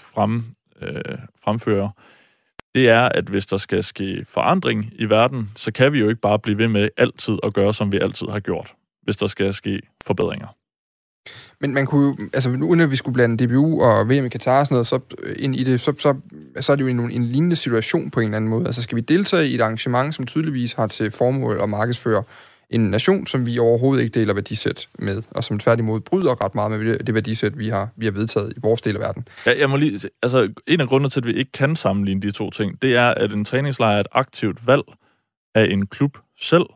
fremfører, det er, at hvis der skal ske forandring i verden, så kan vi jo ikke bare blive ved med altid at gøre, som vi altid har gjort, hvis der skal ske forbedringer. Men man kunne jo, altså uden at vi skulle blande DBU og VM i Katar og sådan noget, så ind i det, så er det jo en lignende situation på en eller anden måde. Altså skal vi deltage i et arrangement, som tydeligvis har til formål at markedsføre en nation, som vi overhovedet ikke deler værdisæt med, og som tværtimod bryder ret meget med det værdisæt, vi har vedtaget i vores del af verden. Ja, jeg må lige, altså en af grundene til, at vi ikke kan sammenligne de to ting, det er, at en træningslejr er et aktivt valg af en klub selv,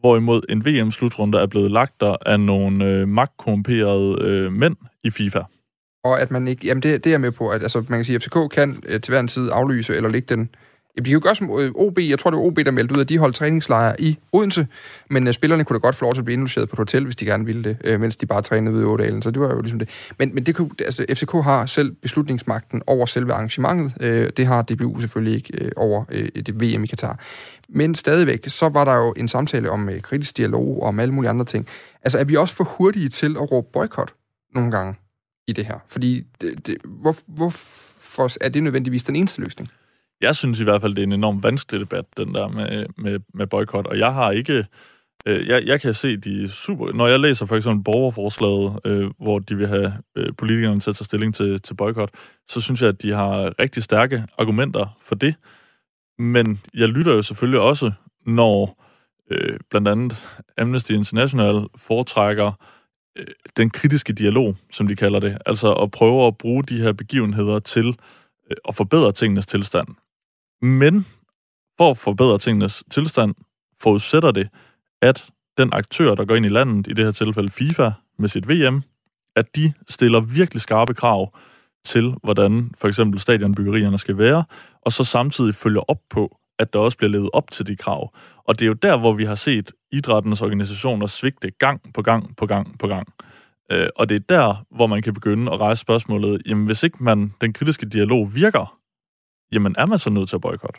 hvorimod en VM-slutrunde er blevet lagt der af nogle magtkorrumperede mænd i FIFA. Og at man ikke... Jamen, det er jeg med på, at altså, man kan sige, at FCK kan til hver en tid aflyse eller lægge den... De kan jo gøre som OB. Jeg tror, det var OB, der meldte ud, at de holdt træningslejre i Odense, men spillerne kunne da godt få lov til at blive indlogeret på et hotel, hvis de gerne ville det, mens de bare trænede ude i Ådalen. Så det var jo ligesom det. Men det kunne, altså, FCK har selv beslutningsmagten over selve arrangementet. Det har DBU selvfølgelig ikke over det VM i Katar. Men stadigvæk, så var der jo en samtale om kritisk dialog og om alle mulige andre ting. Altså, er vi også for hurtige til at råbe boykot nogle gange i det her? Fordi hvorfor er det nødvendigvis den eneste løsning? Jeg synes i hvert fald, det er en enormt vanskelig debat, den der med boykot, og jeg har ikke... Jeg kan se de super... Når jeg læser for eksempel borgerforslaget, hvor de vil have politikerne til at tage stilling til boykot, så synes jeg, at de har rigtig stærke argumenter for det. Men jeg lytter jo selvfølgelig også, når blandt andet Amnesty International foretrækker den kritiske dialog, som de kalder det, altså at prøve at bruge de her begivenheder til at forbedre tingenes tilstand. Men for at forbedre tingenes tilstand, forudsætter det, at den aktør, der går ind i landet, i det her tilfælde FIFA, med sit VM, at de stiller virkelig skarpe krav til, hvordan for eksempel stadionbyggerierne skal være, og så samtidig følger op på, at der også bliver levet op til de krav. Og det er jo der, hvor vi har set idrættens organisationer svigte gang på gang på gang på gang. Og det er der, hvor man kan begynde at rejse spørgsmålet, jamen hvis ikke den kritiske dialog virker, jamen er man så nødt til at boykotte?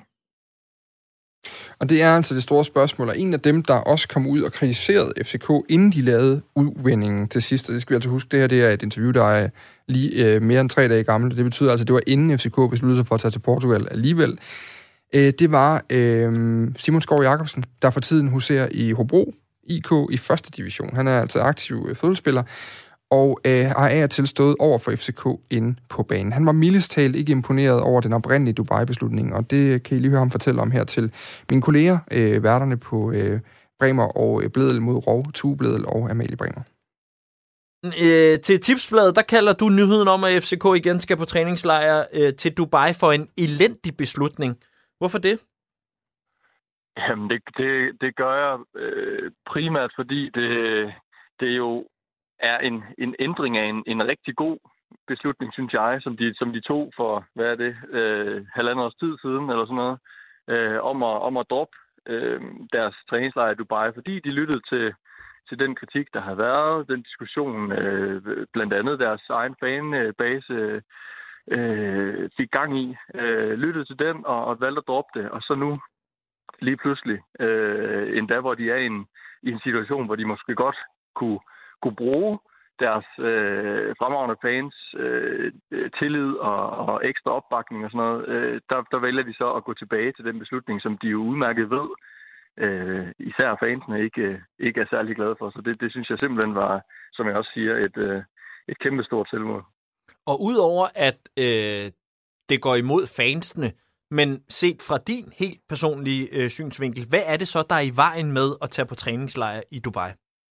Og det er altså det store spørgsmål, og en af dem, der også kom ud og kritiserede FCK, inden de lavede udvindingen til sidst, og det skal vi altså huske, det her det er et interview, der er lige mere end 3 dage gammelt, det betyder altså, det var inden FCK besluttede sig for at tage til Portugal alligevel. Det var Simon Skov Jacobsen, der for tiden huserer i Hobro IK i 1. division. Han er altså aktiv fodboldspiller, og har af og til stået over for FCK inde på banen. Han var mildest talt ikke imponeret over den oprindelige Dubai-beslutning, og det kan I lige høre ham fortælle om her til mine kolleger, værterne på Bremer og Bledel mod Rov, Tue Bledel og Amalie Bremer. Til Tipsbladet, der kalder du nyheden om, at FCK igen skal på træningslejr til Dubai for en elendig beslutning. Hvorfor det? Jamen, det gør jeg primært, fordi det jo er en ændring af en rigtig god beslutning, synes jeg, som de tog for, hvad er det, 1,5 års tid siden, eller sådan noget, om at droppe deres træningslejr i Dubai, fordi de lyttede til den kritik, der har været, den diskussion, blandt andet deres egen fanbase fik gang i, lyttede til den og valgte at droppe det, og så nu lige pludselig, endda hvor de er i en situation, hvor de måske godt kunne bruge deres fremragende fans tillid og ekstra opbakning og sådan noget, der vælger de så at gå tilbage til den beslutning, som de jo udmærket ved, især fansene ikke er særlig glade for. Så det synes jeg simpelthen var, som jeg også siger, et kæmpe stort selvmord. Og udover at det går imod fansene, men set fra din helt personlige synsvinkel, hvad er det så, der er i vejen med at tage på træningslejr i Dubai?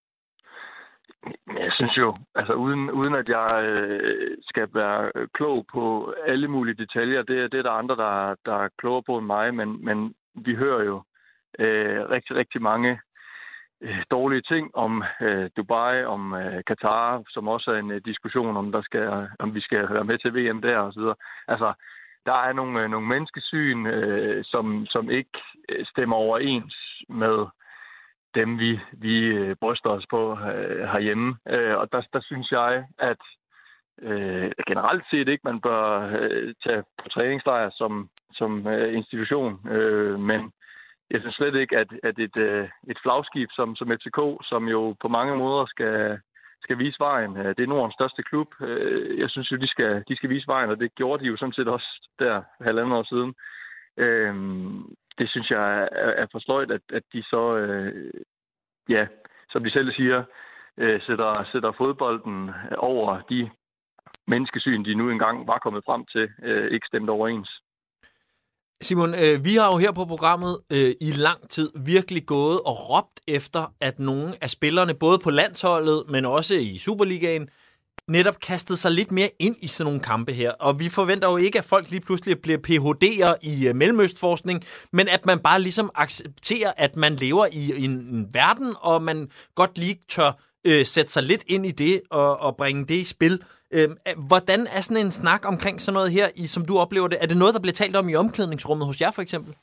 Jeg synes jo, altså uden at jeg skal være klog på alle mulige detaljer, det er der andre, der er klogere på end mig, men vi hører jo rigtig, rigtig mange dårlige ting om Dubai, om Katar, som også er en diskussion om vi skal være med til VM der og så videre. Altså, der er nogle menneskesyn, som ikke stemmer overens med dem, vi bryster os på herhjemme. Og der synes jeg, at generelt set ikke, man bør tage på træningslejr som institution. Men jeg synes slet ikke, at et flagskib som FCK, som jo på mange måder skal vise vejen. Det er Nordens største klub. Jeg synes jo, de skal vise vejen, og det gjorde de jo sådan set også der 1,5 år siden. Det synes jeg er for sløjt, at de så, som de selv siger, sætter fodbolden over de menneskesyn, de nu engang var kommet frem til, ikke stemt overens. Simon, vi har jo her på programmet i lang tid virkelig gået og råbt efter, at nogle af spillerne, både på landsholdet, men også i Superligaen, netop kastet sig lidt mere ind i sådan nogle kampe her. Og vi forventer jo ikke, at folk lige pludselig bliver PhD'er i mellemøstforskning, men at man bare ligesom accepterer, at man lever i en verden, og man godt lige tør sætte sig lidt ind i det og bringe det i spil. Hvordan er sådan en snak omkring sådan noget her, som du oplever det? Er det noget, der bliver talt om i omklædningsrummet hos jer, for eksempel?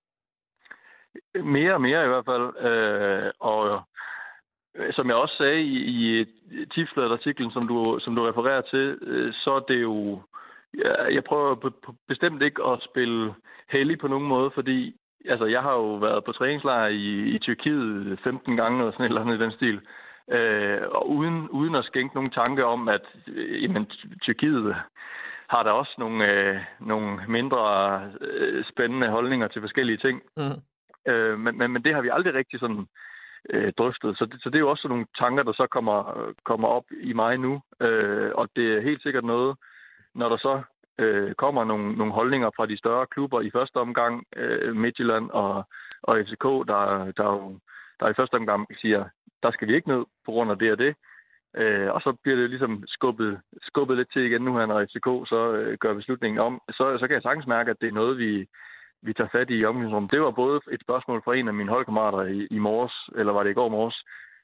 Mere og mere i hvert fald. Og som jeg også sagde i Tipsbladet-artiklen, som du refererer til, så er det jo... Jeg prøver bestemt ikke at spille hellig på nogen måde, fordi altså, jeg har jo været på træningslejr i Tyrkiet 15 gange, eller sådan et eller andet i den stil. Og uden at skænke nogen tanke om, at Tyrkiet har der også nogle mindre spændende holdninger til forskellige ting. Men det har vi aldrig rigtig sådan drøftet. Så det er jo også sådan nogle tanker, der så kommer op i mig nu. Og det er helt sikkert noget, når der så kommer nogle holdninger fra de større klubber i første omgang, Midtjylland og FCK, der i første omgang siger, der skal vi ikke ned på grund af det og det. Og så bliver det ligesom skubbet lidt til igen nu her, når FCK så gør beslutningen om. Så kan jeg sagtens mærke, at det er noget, vi tager fat i omklædningsrummet. Det var både et spørgsmål fra en af mine holdkammerater i morges, eller var det i går morges.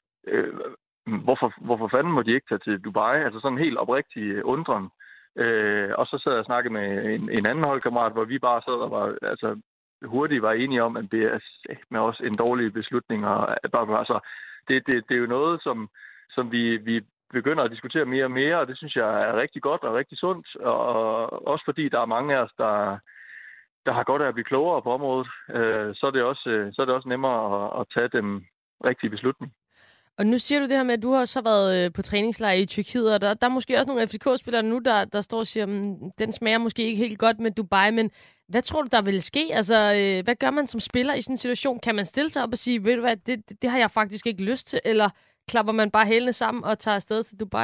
Hvorfor fanden må de ikke tage til Dubai? Altså sådan en helt oprigtig undren. Og så sad jeg og snakkede med en anden holdkammerat, hvor vi bare sad og var, hurtigt var enige om, at det er med også en dårlig beslutning. Altså, det er jo noget, som vi begynder at diskutere mere og mere, og det synes jeg er rigtig godt og rigtig sundt. Og også fordi der er mange af os, der har godt af at blive klogere på området, så er det også nemmere at tage den rigtige beslutning. Og nu siger du det her med, at du har så været på træningslejr i Tyrkiet, og der er måske også nogle FCK-spillere nu, der står og siger, den smager måske ikke helt godt med Dubai, men hvad tror du, der vil ske? Altså, hvad gør man som spiller i sådan en situation? Kan man stille sig op og sige, ved du hvad, det har jeg faktisk ikke lyst til, eller klapper man bare hælene sammen og tager afsted til Dubai?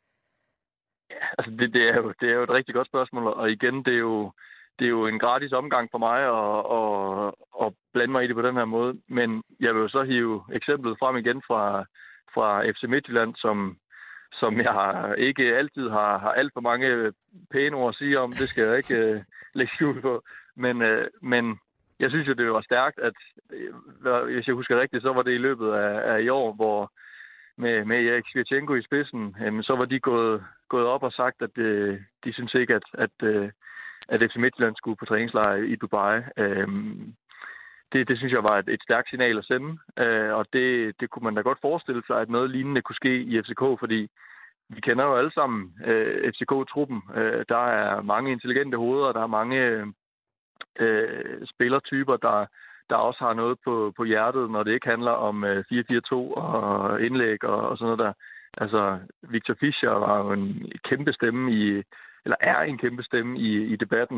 Ja, altså det er jo et rigtig godt spørgsmål, og igen, det er jo en gratis omgang for mig at blande mig i det på den her måde. Men jeg vil jo så hive eksemplet frem igen fra FC Midtjylland, som jeg ikke altid har alt for mange pæne ord at sige om. Det skal jeg ikke lægge skjul på. Men jeg synes jo, det var stærkt, at hvis jeg husker rigtigt, så var det i løbet af i år, hvor med Erik Svirchenko i spidsen, så var de gået op og sagt, at de synes ikke, at FC Midtjylland skulle på træningslejr i Dubai. Det synes jeg var et stærkt signal at sende, og det kunne man da godt forestille sig, at noget lignende kunne ske i FCK, fordi vi kender jo alle sammen FCK-truppen. Der er mange intelligente hoveder, der er mange spillertyper, der også har noget på hjertet, når det ikke handler om 4-4-2 og indlæg og sådan noget der. Altså, Victor Fischer var jo en kæmpe stemme er en kæmpe stemme i debatten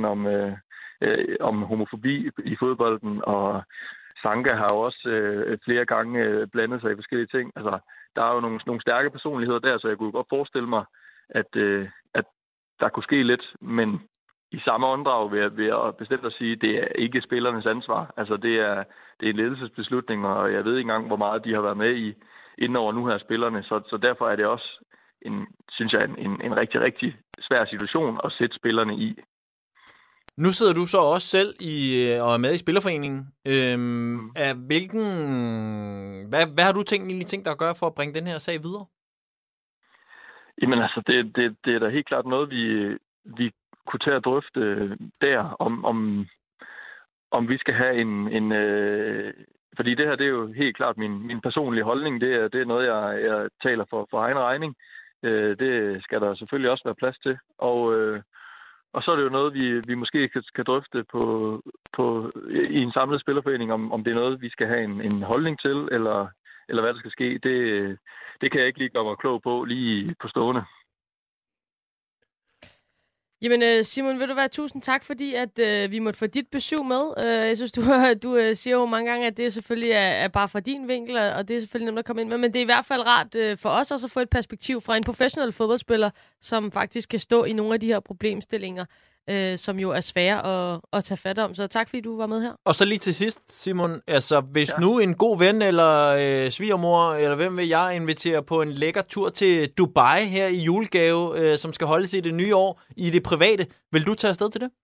om homofobi i fodbolden, og Sanka har jo også flere gange blandet sig i forskellige ting. Altså, der er jo nogle stærke personligheder der, så jeg kunne godt forestille mig, at der kunne ske lidt, men i samme åndedrag vil jeg bestemt at sige, at det er ikke spillernes ansvar. Altså, det er en ledelsesbeslutning, og jeg ved ikke engang, hvor meget de har været med i indover nu her spillerne, så derfor er det også synes jeg, en rigtig, rigtig svær situation at sætte spillerne i. Nu sidder du så også selv og er med i Spillerforeningen. Hvad har du tænkt dig at gøre for at bringe den her sag videre? Jamen altså, det er da helt klart noget, vi kunne tage at drøfte der, om vi skal have en fordi det her, det er jo helt klart min personlige holdning. Det er noget, jeg taler for egen regning. Det skal der selvfølgelig også være plads til. Og så er det jo noget, vi måske kan drøfte i en samlet spillerforening, om det er noget, vi skal have en holdning til, eller hvad der skal ske. Det kan jeg ikke lige gøre mig klog på lige på stående. Jamen Simon, vil du være tusind tak, fordi at vi måtte få dit besøg med. Jeg synes, du siger jo mange gange, at det selvfølgelig er bare fra din vinkel, og det er selvfølgelig nemt at komme ind med, men det er i hvert fald rart for os også at få et perspektiv fra en professionel fodboldspiller, som faktisk kan stå i nogle af de her problemstillinger. som jo er svære at tage fat om. Så tak, fordi du var med her. Og så lige til sidst, Simon, altså hvis nu en god ven eller svigermor, eller hvem vil jeg invitere på en lækker tur til Dubai her i julegave, som skal holdes i det nye år, i det private, vil du tage afsted til det?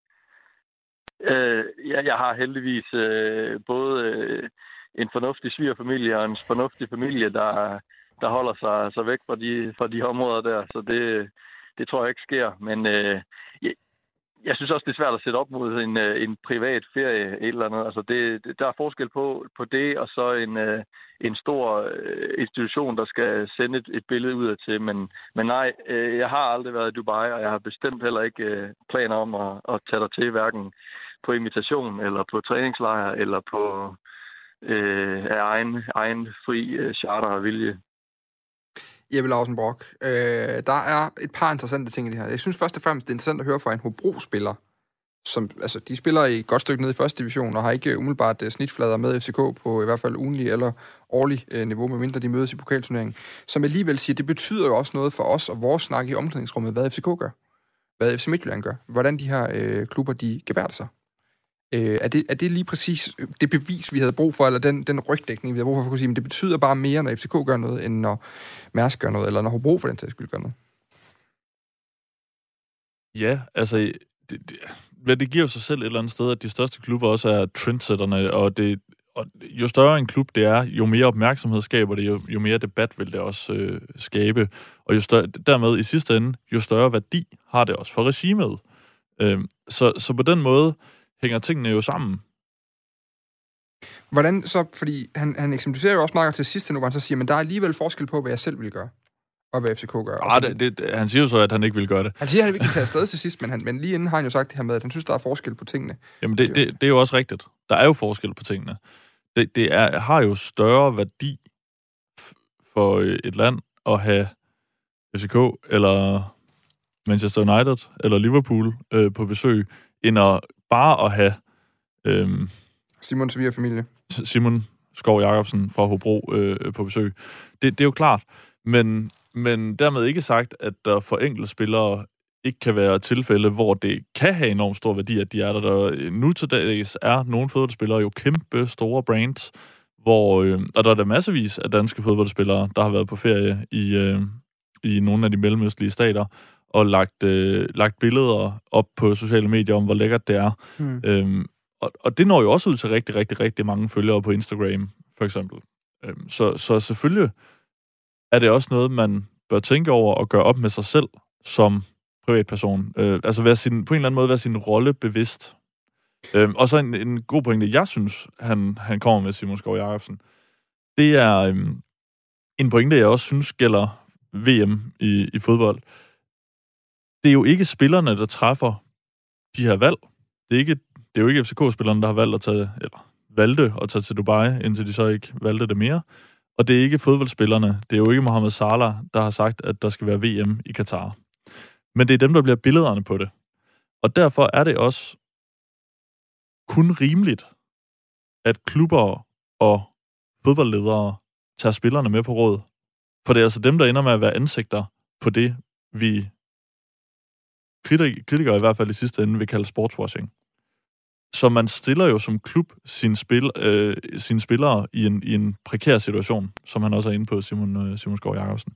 Jeg har heldigvis både en fornuftig svigerfamilie og en fornuftig familie, der holder sig væk fra de områder der, så det tror jeg ikke sker. Men jeg synes også, det er svært at sætte op mod en privat ferie et eller andet. Altså der er forskel på det, og så en stor institution, der skal sende et billede ud til. Men nej, jeg har aldrig været i Dubai, og jeg har bestemt heller ikke planer om at tage dig til, hverken på invitation, eller på træningslejr, eller på af egen fri charter og vilje. Jeppe Lausen Brock, der er et par interessante ting i det her. Jeg synes først og fremmest, det er interessant at høre fra en Hobro-spiller, som, altså, de spiller i et godt stykke ned i første division, og har ikke umiddelbart snitflader med FCK på i hvert fald ugenlig eller årlig niveau, medmindre de mødes i pokalturneringen, som alligevel siger, det betyder jo også noget for os og vores snak i omklædningsrummet, hvad FCK gør, hvad FC Midtjylland gør, hvordan de her klubber, de gebærder sig. Er det lige præcis det bevis, vi havde brug for, eller den rygdækning, vi havde brug for at kunne sige, men det betyder bare mere, når FCK gør noget, end når Mærsk gør noget, eller når Hobro for den sags skyld gør noget? Ja, altså, det giver jo sig selv et eller andet sted, at de største klubber også er trendsætterne, og jo større en klub det er, jo mere opmærksomhed skaber det, jo mere debat vil det også skabe, og dermed i sidste ende, jo større værdi har det også for regimet. Så på den måde hænger tingene jo sammen. Hvordan så, fordi han eksemplificerer jo også meget til sidst, hvor han så siger, men der er alligevel forskel på, hvad jeg selv vil gøre, og hvad FCK gør. Han siger jo så, at han ikke vil gøre det. Han siger, at han ikke vil tage afsted til sidst, men lige inden har han jo sagt det her med, at han synes, der er forskel på tingene. Jamen, det er jo også rigtigt. Der er jo forskel på tingene. Det har jo større værdi for et land at have FCK, eller Manchester United, eller Liverpool på besøg, end bare at have Simon Sevilla familie. Simon Skov Jacobsen fra Hobro på besøg. Det er jo klart. Men dermed ikke sagt, at der for enkelte spillere ikke kan være tilfælde, hvor det kan have enormt stor værdi, at de er der. Nu til dags er nogle fodboldspillere jo kæmpe store brands, og der er der masservis af danske fodboldspillere, der har været på ferie i nogle af de mellemøstlige stater, og lagt billeder op på sociale medier om, hvor lækkert det er. Og det når jo også ud til rigtig, rigtig, rigtig mange følgere på Instagram, for eksempel. Så selvfølgelig er det også noget, man bør tænke over og gøre op med sig selv som privatperson. Altså på en eller anden måde være sin rolle bevidst. Og så en god pointe, jeg synes, han kommer med, Simon Skov Jacobsen, det er en pointe, jeg også synes gælder VM i fodbold. Det er jo ikke spillerne, der træffer de her valg. Det er jo ikke FCK-spillerne, der har valgte at tage til Dubai, indtil de så ikke valgte det mere. Og det er ikke fodboldspillerne. Det er jo ikke Mohamed Salah, der har sagt, at der skal være VM i Katar. Men det er dem, der bliver billederne på det. Og derfor er det også kun rimeligt, at klubber og fodboldledere tager spillerne med på råd. For det er altså dem, der ender med at være ansigter på det, vi kritikere i hvert fald i sidste ende vil kalde sportswashing. Så man stiller jo som klub sine spillere i en prekær situation, som han også er inde på, Simon Skov Jacobsen.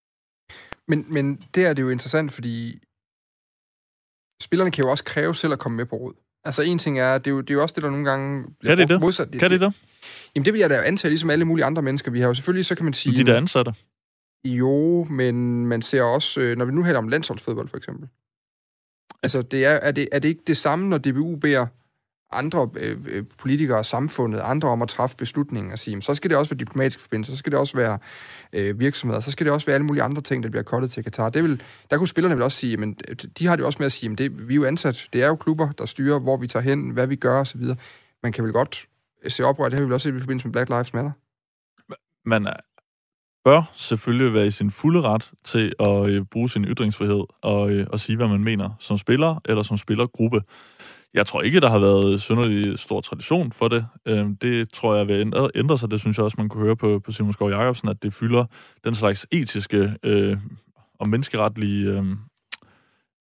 Men det er det jo interessant, fordi spillerne kan jo også kræve selv at komme med på råd. Altså en ting er, det er jo også det, der nogle gange bliver modsat. Kan det det? Jamen det vil jeg da antage, ligesom alle mulige andre mennesker. Vi har jo selvfølgelig, så kan man sige... De der ansatte? Jo, men man ser også, når vi nu hælder om landsholdsfodbold for eksempel. Altså er det ikke det samme, når DBU beder andre politikere og samfundet, andre om at træffe beslutninger og sige, så skal det også være diplomatiske forbindelser, så skal det også være virksomheder, så skal det også være alle mulige andre ting, der bliver kottet til Katar. Der kunne spillerne vel også sige, men de har det også med at sige, men vi er jo ansat, det er jo klubber, der styrer, hvor vi tager hen, hvad vi gør osv. Man kan vel godt se oprør, det har vi vel også set i forbindelse med Black Lives Matter. Man bør selvfølgelig være i sin fulde ret til at bruge sin ytringsfrihed og sige, hvad man mener som spiller eller som spillergruppe. Jeg tror ikke, der har været synderlig stor tradition for det. Det tror jeg vil ændre sig. Det synes jeg også, man kunne høre på Simon Skov Jacobsen, at det fylder den slags etiske og menneskeretlige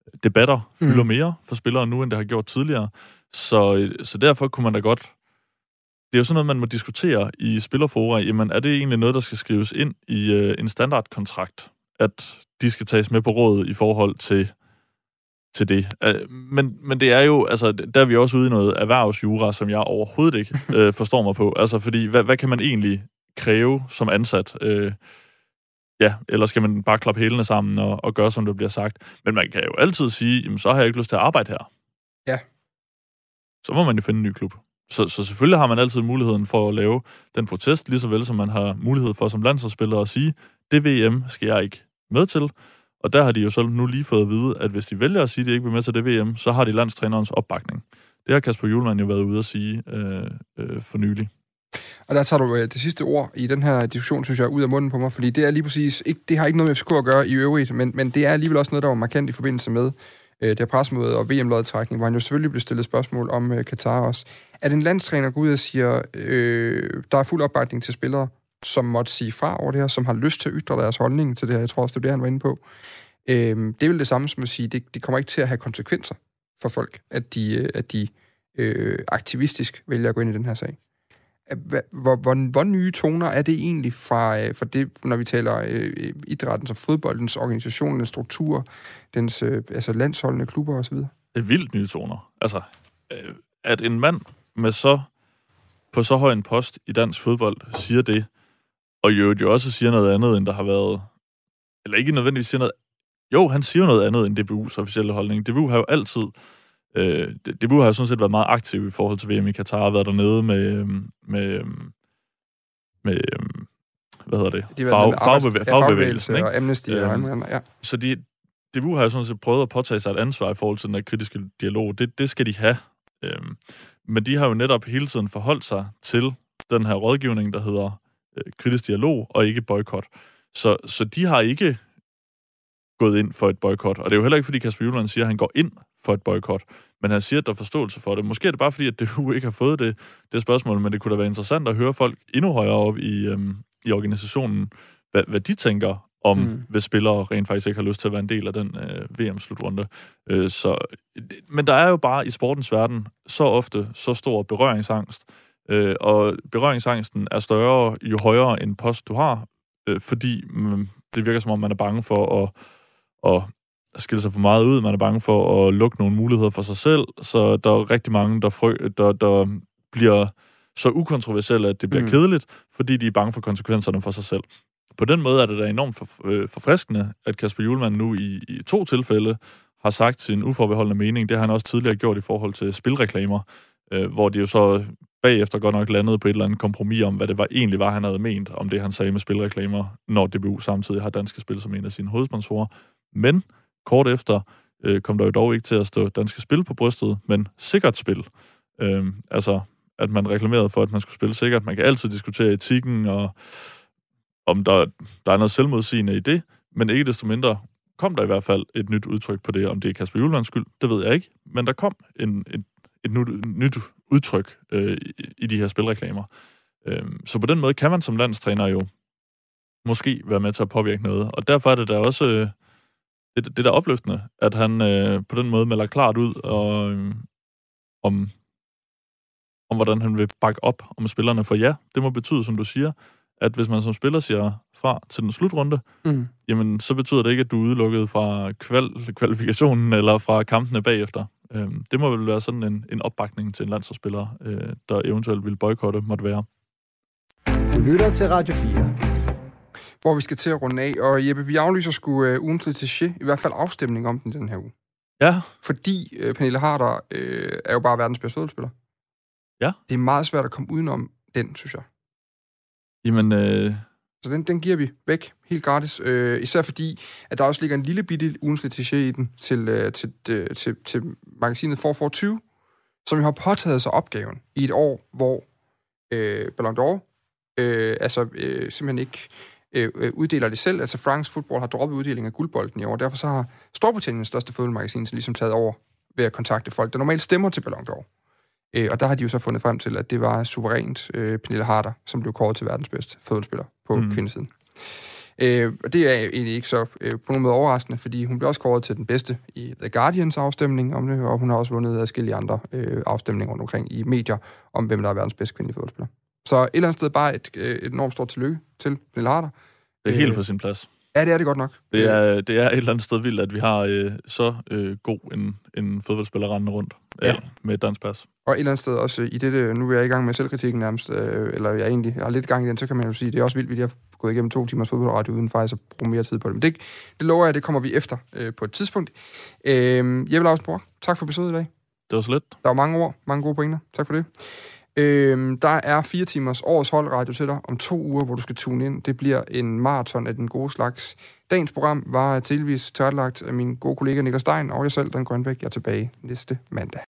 debatter fylder mere for spillere nu, end det har gjort tidligere. Så derfor kunne man da godt... Det er jo sådan noget, man må diskutere i spillerfora. Jamen, er det egentlig noget, der skal skrives ind i en standardkontrakt, at de skal tages med på råd i forhold til det? Men det er jo... Altså, der er vi også ude i noget erhvervsjura, som jeg overhovedet ikke forstår mig på. Altså, fordi, hvad kan man egentlig kræve som ansat? Eller skal man bare klappe hælene sammen og gøre, som det bliver sagt? Men man kan jo altid sige, jamen, så har jeg ikke lyst til at arbejde her. Ja. Så må man jo finde en ny klub. Så selvfølgelig har man altid muligheden for at lave den protest, lige så vel som man har mulighed for som landsholdsspiller at sige, det VM skal jeg ikke med til. Og der har de jo så nu lige fået at vide, at hvis de vælger at sige, at de ikke vil med til det VM, så har de landstrænerens opbakning. Det har Kasper Hjulmand jo været ude at sige for nylig. Og der tager du det sidste ord i den her diskussion, synes jeg, ud af munden på mig, fordi det er lige præcis, det har ikke noget med FCK at gøre i øvrigt, men det er alligevel også noget, der var markant i forbindelse med det her pressemøde og VM-lodtrækning, hvor han jo selvfølgelig blev stillet spørgsmål om Katar også. At en landstræner går ud og siger, der er fuld opbakning til spillere, som måtte sige fra over det her, som har lyst til at ytre deres holdning til det her, jeg tror også, det er det, han var inde på. Det er vel det samme som at sige, det kommer ikke til at have konsekvenser for folk, at de aktivistisk vælger at gå ind i den her sag. Hvor nye toner er det egentlig fra det, når vi taler idrætten, så fodboldens organisationens struktur, dens landsholdende klubber osv.? Det er vildt nye toner. Altså, at en mand med på så høj en post i dansk fodbold siger det, og jo også siger noget andet, end der har været, eller ikke nødvendigvis siger noget, jo, han siger noget andet end DBU's officielle holdning. DBU har jo altid DBU har jo sådan set været meget aktiv i forhold til VM i Katar, og været dernede med hvad hedder det? Fagbevægelsen og Amnesty og andre, ja. Så DBU har jo sådan set prøvet at påtage sig et ansvar i forhold til den her kritiske dialog. Det skal de have. Men de har jo netop hele tiden forholdt sig til den her rådgivning, der hedder kritisk dialog, og ikke boykot. Så de har ikke gået ind for et boykot. Og det er jo heller ikke, fordi Kasper Hjulmand siger, at han går ind for et boykot, men han siger, at der er forståelse for det. Måske er det bare fordi, at DBU ikke har fået det spørgsmål, men det kunne da være interessant at høre folk endnu højere op i organisationen, hvad de tænker om, hvis spillere rent faktisk ikke har lyst til at være en del af den VM-slutrunde. Men der er jo bare i sportens verden så ofte så stor berøringsangst, og berøringsangsten er større, jo højere en post du har, fordi det virker som om, man er bange for at skille sig for meget ud. Man er bange for at lukke nogle muligheder for sig selv, så der er rigtig mange, der bliver så ukontroversielle, at det bliver kedeligt, fordi de er bange for konsekvenserne for sig selv. På den måde er det da enormt forfriskende, at Kasper Hjulmand nu i 2 tilfælde har sagt sin uforbeholdende mening. Det har han også tidligere gjort i forhold til spilreklamer, hvor de jo så bagefter godt nok landede på et eller andet kompromis om, hvad det egentlig var, han havde ment om det, han sagde med spilreklamer, når DBU samtidig har Danske Spil som en af sine hovedsponsorer. Men kort efter kom der jo dog ikke til at stå Danske Spil på brystet, men sikkert spil. Altså, at man reklamerede for, at man skulle spille sikkert. Man kan altid diskutere etikken, og om der er noget selvmodsigende i det, men ikke desto mindre kom der i hvert fald et nyt udtryk på det. Om det er Kasper Hjulmands skyld, det ved jeg ikke, men der kom et nyt udtryk i de her spilreklamer. Så på den måde kan man som landstræner jo måske være med til at påvirke noget, og derfor er det da også det der opløftende, at han på den måde melder klart ud om hvordan han vil bakke op om spillerne. For ja, det må betyde, som du siger, at hvis man som spiller siger fra til den slutrunde, jamen så betyder det ikke, at du er udelukket fra kvalifikationen eller fra kampene bagefter. Det må vel være sådan en opbakning til en landsholdsspiller, der eventuelt vil boykotte, måtte være. Du lytter til Radio 4. Hvor vi skal til at runde af. Og Jeppe, vi aflyser sgu ugens Letizia, i hvert fald afstemning om den her uge. Ja. Fordi Pernille Harder er jo bare verdens bedste fodboldspiller. Ja. Det er meget svært at komme udenom den, synes jeg. Jamen... Så den giver vi væk, helt gratis. Især fordi, at der også ligger en lille bitte ugens Letizia i den til magasinet 442, som jo har påtaget sig opgaven i et år, hvor Ballon d'Or simpelthen ikke uddeler det selv. Altså France Football har droppet uddelingen af guldbolden i år. Derfor så har Storbritanniens største fodboldmagasin så ligesom taget over ved at kontakte folk, der normalt stemmer til Ballon d'Or. Og der har de jo så fundet frem til, at det var suverænt Pernille Harder, som blev kåret til verdens bedste fodboldspiller på kvindesiden. Og det er egentlig ikke så på nogen måde overraskende, fordi hun blev også kåret til den bedste i The Guardians afstemning om det, og hun har også vundet adskillige andre afstemninger rundt omkring i medier om, hvem der er verdens bedste kvindelige fodboldspiller. Så et eller andet sted bare et enormt stort tillykke til Pernille Harder. Det er helt på sin plads. Ja, det er det godt nok. Det er et eller andet sted vildt, at vi har så god en fodboldspiller rendende rundt med et dansk pas. Og et eller andet sted også i dette, nu er jeg i gang med selvkritikken nærmest, eller jeg egentlig har lidt gang i den, så kan man jo sige, det er også vildt, at vi har gået igennem 2 timers fodboldradio uden faktisk at bruge mere tid på det. Men det lover jeg, det kommer vi efter på et tidspunkt. Jeppe Lausenborg, tak for besøget i dag. Det var så lidt. Der var mange ord, mange gode pointer. Tak for det. Der er 4 timers årets holdradio til dig om 2 uger, hvor du skal tune ind. Det bliver en maraton af den gode slags. Dagens program var tilvis tilrettelagt af min gode kollega Niklas Stein og jeg selv, Dan Grønbæk. Jeg er tilbage næste mandag.